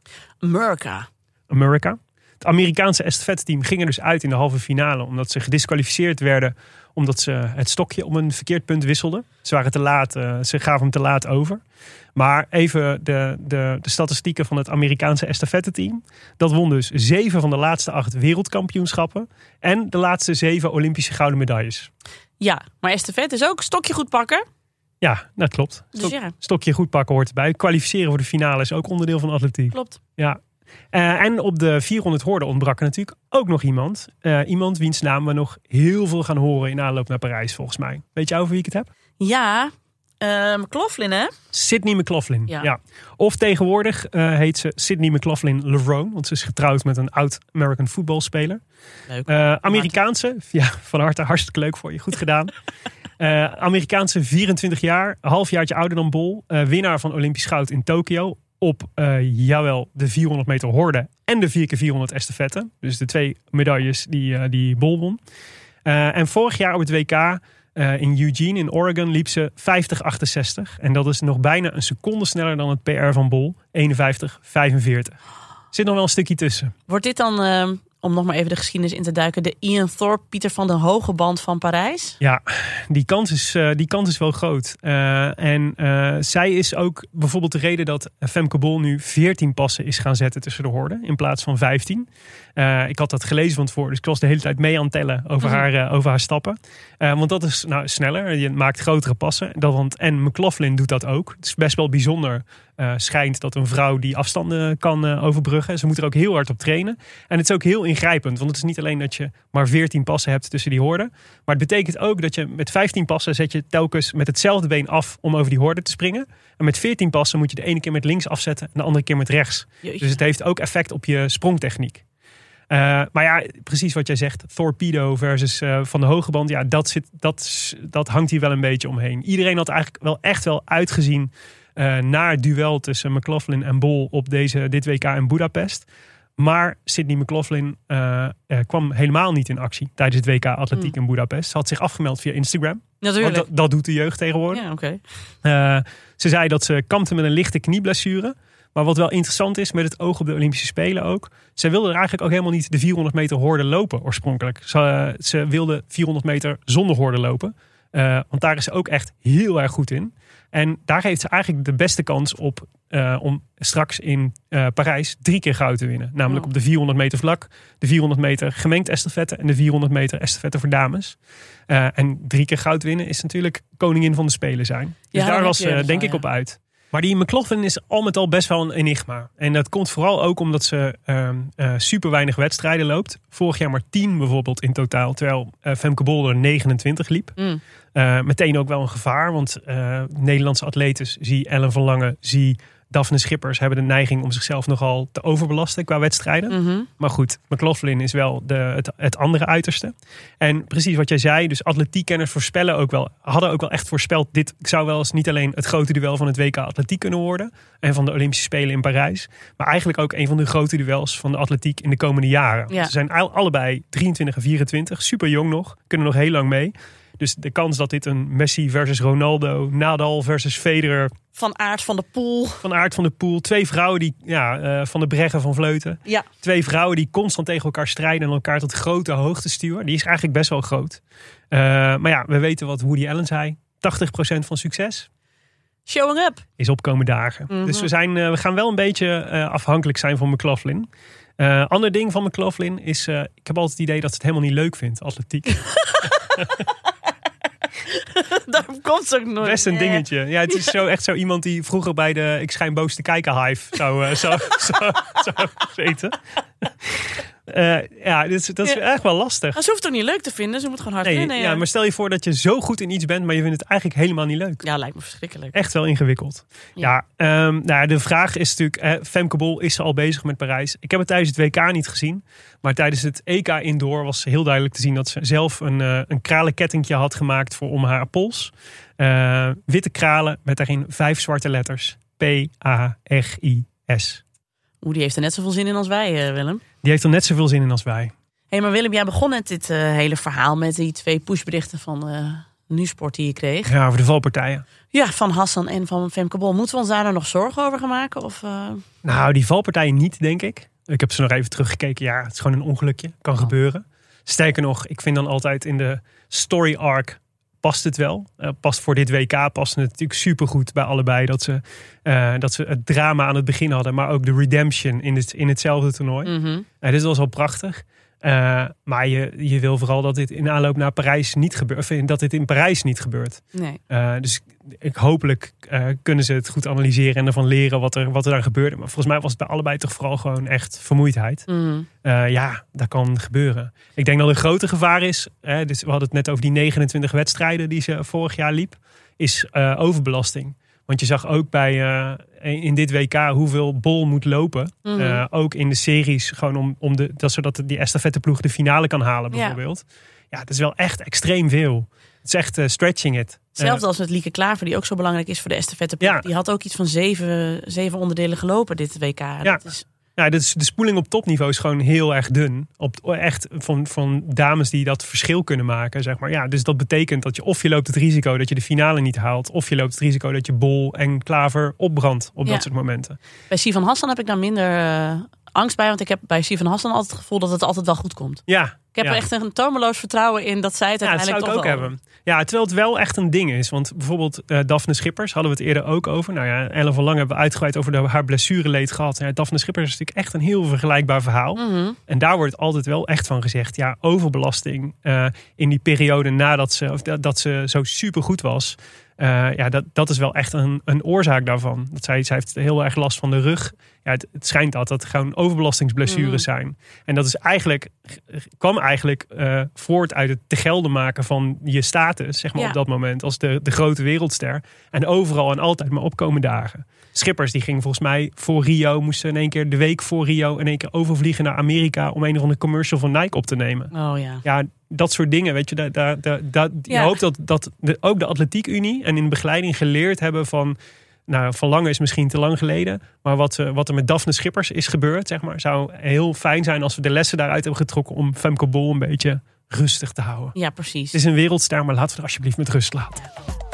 Amerika. Het Amerikaanse estafette-team ging er dus uit in de halve finale omdat ze gedisqualificeerd werden omdat ze het stokje op een verkeerd punt wisselden. Ze waren te laat, ze gaven hem te laat over. Maar even de statistieken van het Amerikaanse estafette-team. Dat won dus 7 van de laatste 8 wereldkampioenschappen en de laatste 7 Olympische gouden medailles. Ja, maar estafette is ook stokje goed pakken. Ja, dat klopt. Stokje goed pakken hoort erbij. Kwalificeren voor de finale is ook onderdeel van atletiek. Klopt. Ja. En op de 400 horden ontbrak er natuurlijk ook nog iemand. Iemand wiens naam we nog heel veel gaan horen in aanloop naar Parijs, volgens mij. Weet je over wie ik het heb? Ja, McLaughlin, hè? Sydney McLaughlin, ja. Of tegenwoordig heet ze Sydney McLaughlin-Lerone, want ze is getrouwd met een oud American voetbalspeler. Leuk. Amerikaanse, van harte, hartstikke leuk voor je, goed gedaan. Amerikaanse 24 jaar, halfjaartje ouder dan Bol. Winnaar van Olympisch goud in Tokio. Op, de 400 meter horde en de 4 keer 400 estafette. Dus de 2 medailles die Bol won. En vorig jaar op het WK in Eugene in Oregon liep ze 50-68. En dat is nog bijna een seconde sneller dan het PR van Bol. 51-45. Zit nog wel een stukje tussen. Wordt dit dan, om nog maar even de geschiedenis in te duiken, de Ian Thorpe, Pieter van den Hogeband van Parijs? Ja, die kans is wel groot. Zij is ook bijvoorbeeld de reden dat Femke Bol nu 14 passen is gaan zetten tussen de horden in plaats van 15. Ik had dat gelezen van tevoren, dus ik was de hele tijd mee aan het tellen over haar stappen. Want dat is sneller, je maakt grotere passen. En McLaughlin doet dat ook. Het is best wel bijzonder. Schijnt dat een vrouw die afstanden kan overbruggen. Ze moet er ook heel hard op trainen. En het is ook heel ingrijpend. Want het is niet alleen dat je maar 14 passen hebt tussen die horden. Maar het betekent ook dat je met 15 passen zet je telkens met hetzelfde been af om over die horde te springen. En met 14 passen moet je de ene keer met links afzetten en de andere keer met rechts. Jeetje. Dus het heeft ook effect op je sprongtechniek. Maar ja, precies wat jij zegt. Torpedo versus Van de Hogeband. Ja, dat hangt hier wel een beetje omheen. Iedereen had eigenlijk wel echt wel uitgezien naar het duel tussen McLaughlin en Bol op dit WK in Budapest. Maar Sydney McLaughlin kwam helemaal niet in actie tijdens het WK Atletiek in Budapest. Ze had zich afgemeld via Instagram. Natuurlijk. Want dat doet de jeugd tegenwoordig. Ja, oké. Ze zei dat ze kampte met een lichte knieblessure. Maar wat wel interessant is met het oog op de Olympische Spelen ook. Zij wilde er eigenlijk ook helemaal niet de 400 meter horde lopen oorspronkelijk. Ze wilde 400 meter zonder horde lopen. Want daar is ze ook echt heel erg goed in. En daar heeft ze eigenlijk de beste kans op om straks in Parijs 3 keer goud te winnen. Namelijk op de 400 meter vlak, de 400 meter gemengd estafette en de 400 meter estafette voor dames. En 3 keer goud winnen is natuurlijk koningin van de Spelen zijn. Dus daar was ze denk ik op uit. Maar die McLaughlin is al met al best wel een enigma. En dat komt vooral ook omdat ze super weinig wedstrijden loopt. Vorig jaar maar 10 bijvoorbeeld in totaal. Terwijl Femke Bol er 29 liep. Meteen ook wel een gevaar. Want Nederlandse atletes, zie Ellen van Lange, zie Daphne Schippers, hebben de neiging om zichzelf nogal te overbelasten qua wedstrijden. Maar goed, McLaughlin is wel het andere uiterste. En precies wat jij zei, dus atletiekkenners hadden ook wel echt voorspeld, dit zou wel eens niet alleen het grote duel van het WK Atletiek kunnen worden en van de Olympische Spelen in Parijs, maar eigenlijk ook een van de grote duels van de atletiek in de komende jaren. Ja. Ze zijn allebei 23 en 24, super jong nog, kunnen nog heel lang mee. Dus de kans dat dit een Messi versus Ronaldo, Nadal versus Federer, Van Aert van der Poel. 2 vrouwen die, Van de Breggen van Vleuten. Ja. 2 vrouwen die constant tegen elkaar strijden en elkaar tot grote hoogte stuwen. Die is eigenlijk best wel groot. Maar ja, we weten wat Woody Allen zei. 80% van succes. Showing up. Is opkomende dagen. Dus we gaan wel een beetje afhankelijk zijn van McLaughlin. Ander ding van McLaughlin is, ik heb altijd het idee dat ze het helemaal niet leuk vindt, atletiek. Daarom komt ze ook nooit. Best een dingetje. Ja, het is echt zo iemand die vroeger bij de Ik schijn boos te kijken hive zou zitten. Dat is echt wel lastig. Maar ze hoeft het ook niet leuk te vinden. Ze moet gewoon hard rennen. Ja, maar stel je voor dat je zo goed in iets bent, maar je vindt het eigenlijk helemaal niet leuk. Ja, lijkt me verschrikkelijk. Echt wel ingewikkeld. De vraag is natuurlijk, Femke Bol is al bezig met Parijs. Ik heb het tijdens het WK niet gezien. Maar tijdens het EK Indoor was heel duidelijk te zien dat ze zelf een kralenkettingje had gemaakt om haar pols. Witte kralen met daarin 5 zwarte letters. P-A-R-I-S. Die heeft er net zoveel zin in als wij, Willem. Die heeft er net zoveel zin in als wij. Hé, maar Willem, jij begon net dit hele verhaal met die 2 pushberichten van Nu-Sport die je kreeg. Ja, over de valpartijen. Ja, van Hassan en van Femke Bol. Moeten we ons daar nou nog zorgen over gaan maken? Of, Nou, die valpartijen niet, denk ik. Ik heb ze nog even teruggekeken. Ja, het is gewoon een ongelukje. Kan gebeuren. Sterker nog, ik vind dan altijd in de story arc past het wel. Past voor dit WK past het natuurlijk supergoed bij allebei. Dat ze het drama aan het begin hadden. Maar ook de redemption in hetzelfde toernooi. Mm-hmm. Dit was al prachtig. Maar je wil vooral dat dit in aanloop naar Parijs niet gebeurt. Of dat dit in Parijs niet gebeurt. Nee. Dus hopelijk kunnen ze het goed analyseren en ervan leren wat er daar gebeurde. Maar volgens mij was het bij allebei toch vooral gewoon echt vermoeidheid. Mm. Dat kan gebeuren. Ik denk dat een grote gevaar is. Dus we hadden het net over die 29 wedstrijden die ze vorig jaar liep. Is overbelasting. Want je zag ook in dit WK hoeveel Bol moet lopen. Mm-hmm. Ook in de series. Gewoon zodat die estafetteploeg de finale kan halen bijvoorbeeld. Ja, het is wel echt extreem veel. Het is echt stretching it. Hetzelfde als met Lieke Klaver, die ook zo belangrijk is voor de estafetteploeg. Ja. Die had ook iets van 7 onderdelen gelopen dit WK. Ja. Dat is... Ja, dus de spoeling op topniveau is gewoon heel erg dun. Echt van dames die dat verschil kunnen maken, zeg maar. Ja, dus dat betekent dat je loopt het risico dat je de finale niet haalt, of je loopt het risico dat je Bol en Klaver opbrandt op dat soort momenten. Bij Sivan Hassan heb ik daar minder angst bij, want ik heb bij Sivan Hassan altijd het gevoel dat het altijd wel goed komt. Ja. Ik heb er echt een tomeloos vertrouwen in dat zij het uiteindelijk toch wel... Ja, dat zou ik ook hebben. Ja, terwijl het wel echt een ding is. Want bijvoorbeeld Daphne Schippers hadden we het eerder ook over. Nou ja, Ellen van Lange hebben we uitgebreid over haar blessureleed gehad. Ja, Daphne Schippers is natuurlijk echt een heel vergelijkbaar verhaal. Mm-hmm. En daar wordt altijd wel echt van gezegd. Ja, overbelasting in die periode nadat ze zo supergoed was. Dat is wel echt een oorzaak daarvan. Zij heeft heel erg last van de rug. Ja, het schijnt dat het gewoon overbelastingsblessures zijn. En dat is kwam eigenlijk voort uit het te gelden maken van je status, zeg maar, op dat moment als de grote wereldster. En overal en altijd maar opkomen dagen. Schippers die ging volgens mij voor Rio, moesten in één keer de week voor Rio in één keer overvliegen naar Amerika om een of andere commercial van Nike op te nemen. Oh ja. Ja, dat soort dingen, weet je. Je hoopt dat ook de Atletiek-Unie en in de begeleiding geleerd hebben van... Nou, Van Lange is misschien te lang geleden. Maar wat er met Daphne Schippers is gebeurd, zeg maar, zou heel fijn zijn als we de lessen daaruit hebben getrokken om Femke Bol een beetje rustig te houden. Ja, precies. Het is een wereldster, maar laten we er alsjeblieft met rust laten.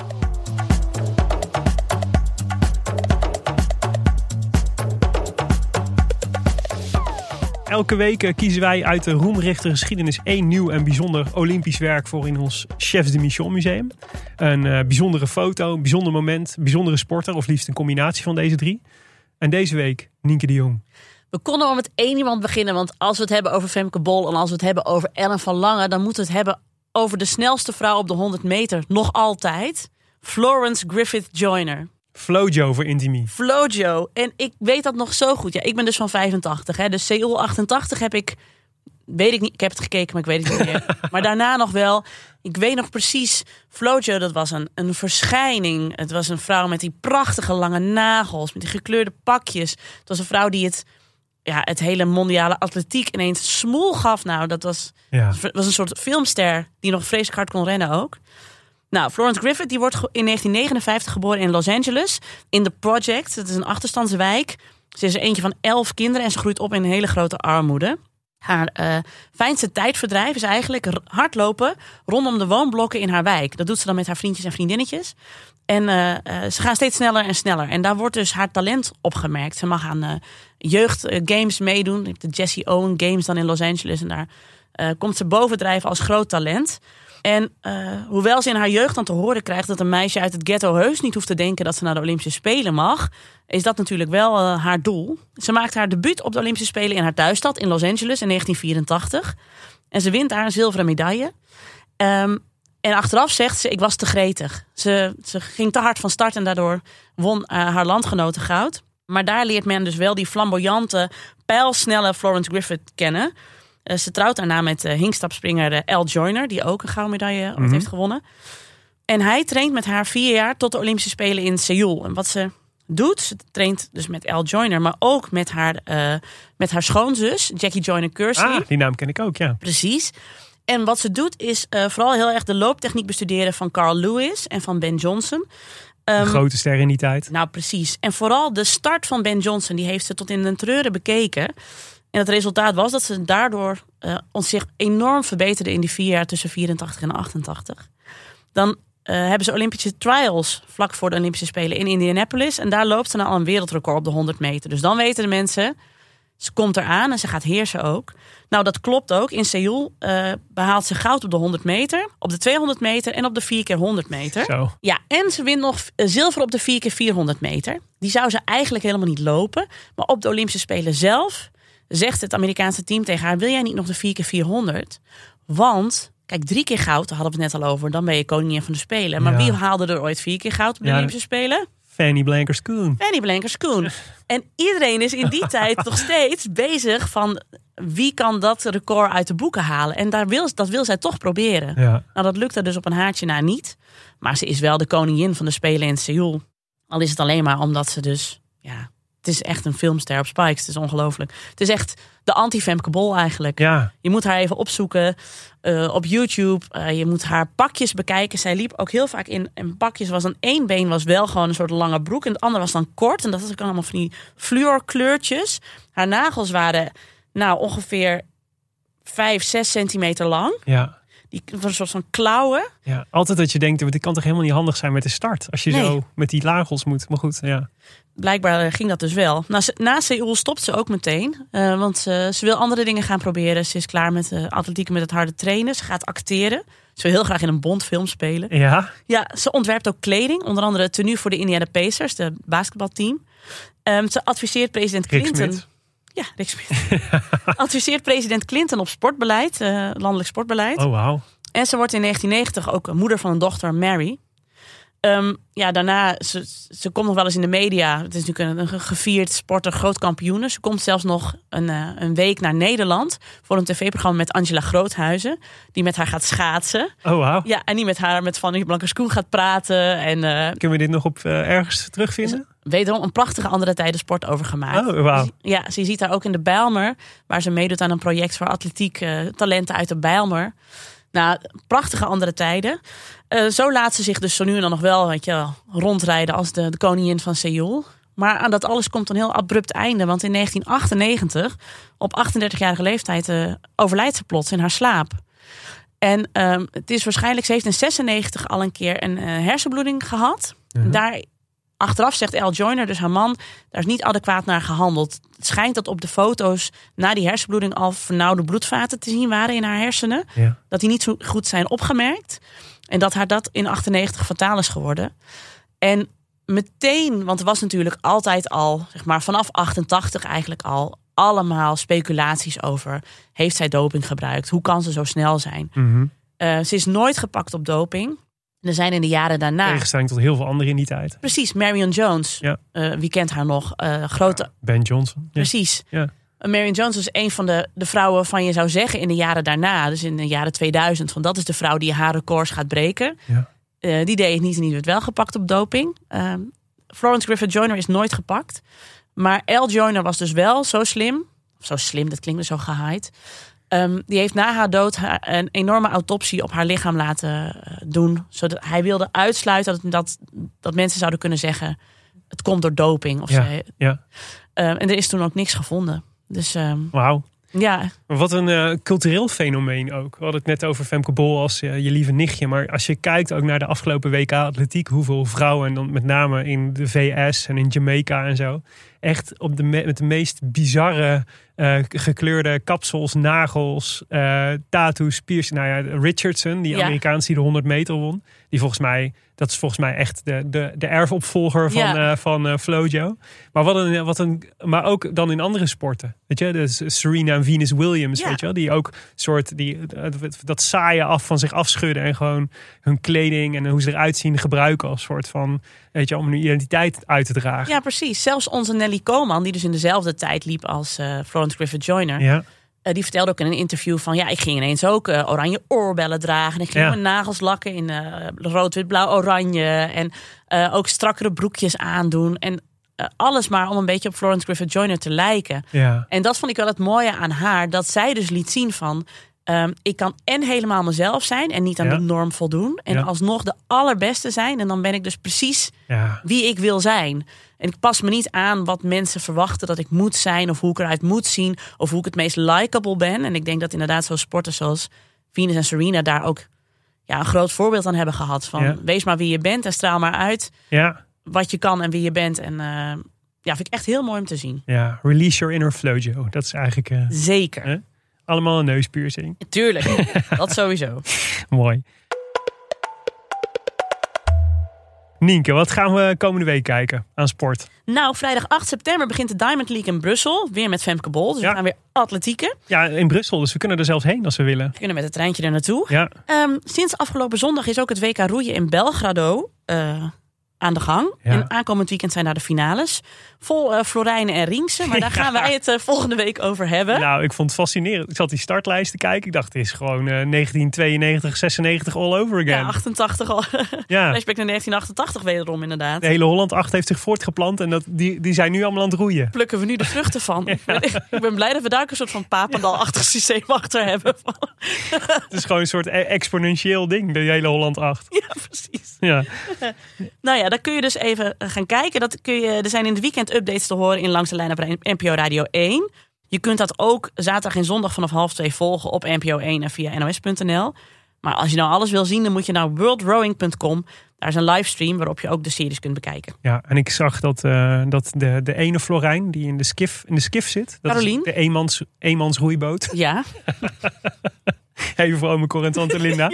Elke week kiezen wij uit de roemruchte geschiedenis 1 nieuw en bijzonder Olympisch werk voor in ons Chefs de Mission Museum. Een bijzondere foto, een bijzonder moment, bijzondere sporter of liefst een combinatie van deze 3. En deze week Nienke de Jong. We konden al met 1 iemand beginnen, want als we het hebben over Femke Bol en als we het hebben over Ellen van Lange, dan moeten we het hebben over de snelste vrouw op de 100 meter. Nog altijd. Florence Griffith Joyner. Flojo voor Intimie. Flojo. En ik weet dat nog zo goed. Ja, ik ben dus van 85. Hè. Dus Seoul 88 heb ik... Weet ik niet. Ik heb het gekeken, maar ik weet het niet meer. Maar daarna nog wel. Ik weet nog precies. Flojo, dat was een verschijning. Het was een vrouw met die prachtige lange nagels. Met die gekleurde pakjes. Het was een vrouw die het hele mondiale atletiek ineens smoel gaf. Nou, dat was een soort filmster die nog vreselijk hard kon rennen ook. Nou, Florence Griffith die wordt in 1959 geboren in Los Angeles. In The Project. Dat is een achterstandswijk. Ze is er eentje van 11 kinderen en ze groeit op in een hele grote armoede. Haar fijnste tijdverdrijf is eigenlijk hardlopen rondom de woonblokken in haar wijk. Dat doet ze dan met haar vriendjes en vriendinnetjes. En ze gaan steeds sneller en sneller. En daar wordt dus haar talent opgemerkt. Ze mag aan jeugdgames meedoen. De Jesse Owen Games dan in Los Angeles. En daar komt ze bovendrijven als groot talent. En hoewel ze in haar jeugd dan te horen krijgt dat een meisje uit het ghetto heus niet hoeft te denken dat ze naar de Olympische Spelen mag, is dat natuurlijk wel haar doel. Ze maakt haar debuut op de Olympische Spelen in haar thuisstad in Los Angeles in 1984. En ze wint daar een zilveren medaille. En achteraf zegt ze, ik was te gretig. Ze ging te hard van start en daardoor won haar landgenoten goud. Maar daar leert men dus wel die flamboyante, pijlsnelle Florence Griffith kennen. Ze trouwt daarna met hinkstapspringer Al Joyner, die ook een gouden medaille ooit heeft gewonnen. En hij traint met haar 4 jaar tot de Olympische Spelen in Seoul. En wat ze doet, ze traint dus met Al Joyner, maar ook met haar schoonzus, Jackie Joyner-Kersee. Die naam ken ik ook, ja. Precies. En wat ze doet is vooral heel erg de looptechniek bestuderen van Carl Lewis en van Ben Johnson. Grote ster in die tijd. Nou, precies. En vooral de start van Ben Johnson, die heeft ze tot in den treuren bekeken. En het resultaat was dat ze daardoor zich enorm verbeterde in die 4 jaar tussen 84 en 88. Dan hebben ze Olympische trials vlak voor de Olympische Spelen in Indianapolis. En daar loopt ze nou al een wereldrecord op de 100 meter. Dus dan weten de mensen, ze komt eraan en ze gaat heersen ook. Nou, dat klopt ook. In Seoul behaalt ze goud op de 100 meter, op de 200 meter en op de 4x100 meter. Zo. Ja, en ze wint nog zilver op de 4x400 meter. Die zou ze eigenlijk helemaal niet lopen. Maar op de Olympische Spelen zelf zegt het Amerikaanse team tegen haar, wil jij niet nog de 4x400? Want, kijk, 3 keer goud, daar hadden we het net al over, dan ben je koningin van de Spelen. Maar wie haalde er ooit 4 keer goud op de Olympische Spelen? Fanny Blankers-Koen. Fanny Blankers-Koen. En iedereen is in die tijd nog steeds bezig van wie kan dat record uit de boeken halen. En dat wil zij toch proberen. Ja. Nou, dat lukte dus op een haartje na niet. Maar ze is wel de koningin van de Spelen in Seoul. Al is het alleen maar omdat ze dus, ja, het is echt een filmster op spikes. Het is ongelooflijk. Het is echt de anti-Femke Bol eigenlijk. Ja. Je moet haar even opzoeken op YouTube. Je moet haar pakjes bekijken. Zij liep ook heel vaak in pakjes. Was dan 1 been was wel gewoon een soort lange broek. En het andere was dan kort. En dat was ook allemaal van die fluorkleurtjes. Haar nagels waren ongeveer 5-6 centimeter lang. Ja. Die was een soort van klauwen. Ja, altijd dat je denkt, dit kan toch helemaal niet handig zijn met de start. Als je zo met die nagels moet. Maar goed, ja. Blijkbaar ging dat dus wel. Na Seoul stopt ze ook meteen. Want ze wil andere dingen gaan proberen. Ze is klaar met atletiek, met het harde trainen. Ze gaat acteren. Ze wil heel graag in een Bondfilm spelen. Ja? Ja, ze ontwerpt ook kleding. Onder andere het tenue voor de Indiana Pacers, de basketbalteam. Ze adviseert president Clinton. Ja, Rick Smit. Adviseert president Clinton op sportbeleid, landelijk sportbeleid. Oh, wauw. En ze wordt in 1990 ook moeder van een dochter, Mary. Daarna, ze komt nog wel eens in de media. Het is natuurlijk een gevierd sporter, groot kampioene. Ze komt zelfs nog een week naar Nederland voor een tv-programma met Angela Groothuizen. Die met haar gaat schaatsen. Oh, wauw. Ja, en die met haar met Fanny Blankers-Koen gaat praten. En, kunnen we dit nog op ergens terugvinden? Wederom een prachtige andere tijden sport over gemaakt. Oh, wauw. Ja, ze ziet haar ook in de Bijlmer, waar ze meedoet aan een project voor atletiek talenten uit de Bijlmer. Nou, prachtige andere tijden. Zo laat ze zich dus zo nu en dan nog wel, rondrijden als de koningin van Seoul. Maar aan dat alles komt een heel abrupt einde. Want in 1998, op 38-jarige leeftijd, overlijdt ze plots in haar slaap. En het is waarschijnlijk, ze heeft in 96 al een keer een hersenbloeding gehad. Uh-huh. Daar achteraf zegt Al Joyner, dus haar man, daar is niet adequaat naar gehandeld. Het schijnt dat op de foto's na die hersenbloeding al vernauwde bloedvaten te zien waren in haar hersenen. Ja. Dat die niet zo goed zijn opgemerkt. En dat haar dat in 98 fataal is geworden. En meteen, want er was natuurlijk altijd al, vanaf 88 eigenlijk al, allemaal speculaties over, heeft zij doping gebruikt? Hoe kan ze zo snel zijn? Mm-hmm. Ze is nooit gepakt op doping. Er zijn in de jaren daarna, tegenstelling tot heel veel anderen in die tijd. Precies, Marion Jones. Ja. Wie kent haar nog? Grote. Ben Johnson. Ja. Precies. Ja. Marion Jones was een van de vrouwen van, je zou zeggen, in de jaren daarna. Dus in de jaren 2000. Van dat is de vrouw die haar records gaat breken. Ja. Die deed het niet en die werd wel gepakt op doping. Florence Griffith Joyner is nooit gepakt. Maar Al Joyner was dus wel zo slim. Zo slim, dat klinkt zo gehaaid. Die heeft na haar dood een enorme autopsie op haar lichaam laten doen. Zodat hij wilde uitsluiten dat mensen zouden kunnen zeggen, het komt door doping. Of en er is toen ook niks gevonden. Dus, wauw. Ja. Wat een cultureel fenomeen ook. We hadden het net over Femke Bol als je lieve nichtje. Maar als je kijkt ook naar de afgelopen WK atletiek, hoeveel vrouwen, en dan met name in de VS en in Jamaica en zo, echt met de meest bizarre gekleurde kapsels, nagels, tattoos, piercings. Nou ja, Richardson, die Amerikaans die de 100 meter won. Die dat is volgens mij echt de erfopvolger van Flojo. Maar maar ook dan in andere sporten. Weet je, dus Serena en Venus Williams, weet je wel, die ook dat saaie af van zich afschudden en gewoon hun kleding en hoe ze eruit zien gebruiken als soort van, weet je, om hun identiteit uit te dragen. Ja, precies. Zelfs onze Nelly Koolman, die dus in dezelfde tijd liep als Florence Griffith Joyner. Ja. Die vertelde ook in een interview van... ik ging ineens ook oranje oorbellen dragen. En ik ging mijn nagels lakken in rood, wit, blauw, oranje. En ook strakkere broekjes aandoen. En alles maar om een beetje op Florence Griffith Joyner te lijken. Ja. En dat vond ik wel het mooie aan haar. Dat zij dus liet zien van... ik kan en helemaal mezelf zijn en niet aan de norm voldoen. En alsnog de allerbeste zijn. En dan ben ik dus precies wie ik wil zijn. En ik pas me niet aan wat mensen verwachten dat ik moet zijn... of hoe ik eruit moet zien, of hoe ik het meest likable ben. En ik denk dat inderdaad zo'n sporters zoals Venus en Serena... daar ook een groot voorbeeld aan hebben gehad. Van wees maar wie je bent en straal maar uit wat je kan en wie je bent. En vind ik echt heel mooi om te zien. Ja, release your inner flow, Joe. Dat is eigenlijk... Zeker. Allemaal een neuspiercing. Tuurlijk, dat sowieso. Mooi. Nienke, wat gaan we komende week kijken aan sport? Nou, vrijdag 8 september begint de Diamond League in Brussel. Weer met Femke Bol. Dus we gaan weer atletieken. Ja, in Brussel. Dus we kunnen er zelfs heen als we willen. We kunnen met het treintje er naartoe. Ja. Sinds afgelopen zondag is ook het WK roeien in Belgrado aan de gang. Ja. En aankomend weekend zijn daar de finales. Vol Florijnen en Riensen. Maar daar gaan wij het volgende week over hebben. Nou, ik vond het fascinerend. Ik zat die startlijst te kijken. Ik dacht, het is gewoon 1992, 96 all over again. Ja, 88 al. Ja. Flashback naar 1988 wederom inderdaad. De hele Holland 8 heeft zich voortgeplant. En die zijn nu allemaal aan het roeien. Plukken we nu de vruchten van. Ja. Ik ben blij dat we daar ook een soort van Papendal-achtig systeem achter hebben. Het is gewoon een soort exponentieel ding, de hele Holland 8. Ja, precies. Ja. Nou ja, daar kun je dus even gaan kijken. Er zijn in de weekend updates te horen in Langs de Lijn op NPO Radio 1. Je kunt dat ook zaterdag en zondag vanaf 1:30 volgen op NPO 1 en via nos.nl. Maar als je nou alles wil zien, dan moet je naar worldrowing.com. Daar is een livestream waarop je ook de series kunt bekijken. Ja, en ik zag dat de ene Florijn die in de skif zit. Dat Caroline. is de eenmans roeiboot. Ja. Even voor ome Cor en tante Linda.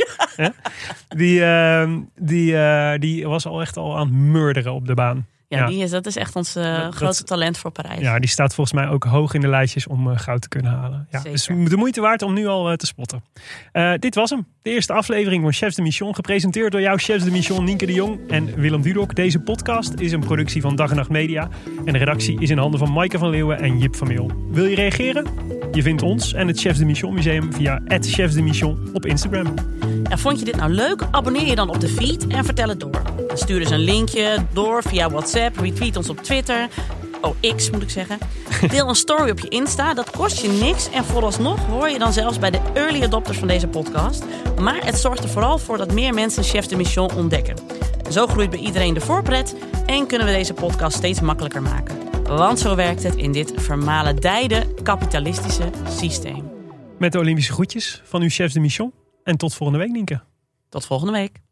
Die was al echt aan het murderen op de baan. Ja, dat is echt ons grootste talent voor Parijs. Ja, die staat volgens mij ook hoog in de lijstjes om goud te kunnen halen. Ja, dus de moeite waard om nu al te spotten. Dit was hem. De eerste aflevering van Chefs de Mission. Gepresenteerd door jouw Chefs de Mission Nienke de Jong en Willem Dudok. Deze podcast is een productie van Dag en Nacht Media. En de redactie is in handen van Maaike van Leeuwen en Jip van Meel. Wil je reageren? Je vindt ons en het Chefs de Mission Museum via @chefsdemission op Instagram. Ja, vond je dit nou leuk? Abonneer je dan op de feed en vertel het door. Stuur dus een linkje door via WhatsApp, retweet ons op Twitter. X moet ik zeggen. Deel een story op je Insta, dat kost je niks. En vooralsnog hoor je dan zelfs bij de early adopters van deze podcast. Maar het zorgt er vooral voor dat meer mensen Chef de Mission ontdekken. Zo groeit bij iedereen de voorpret en kunnen we deze podcast steeds makkelijker maken. Want zo werkt het in dit vermalendijde kapitalistische systeem. Met de Olympische groetjes van uw Chefs de Mission. En tot volgende week, Nienke. Tot volgende week.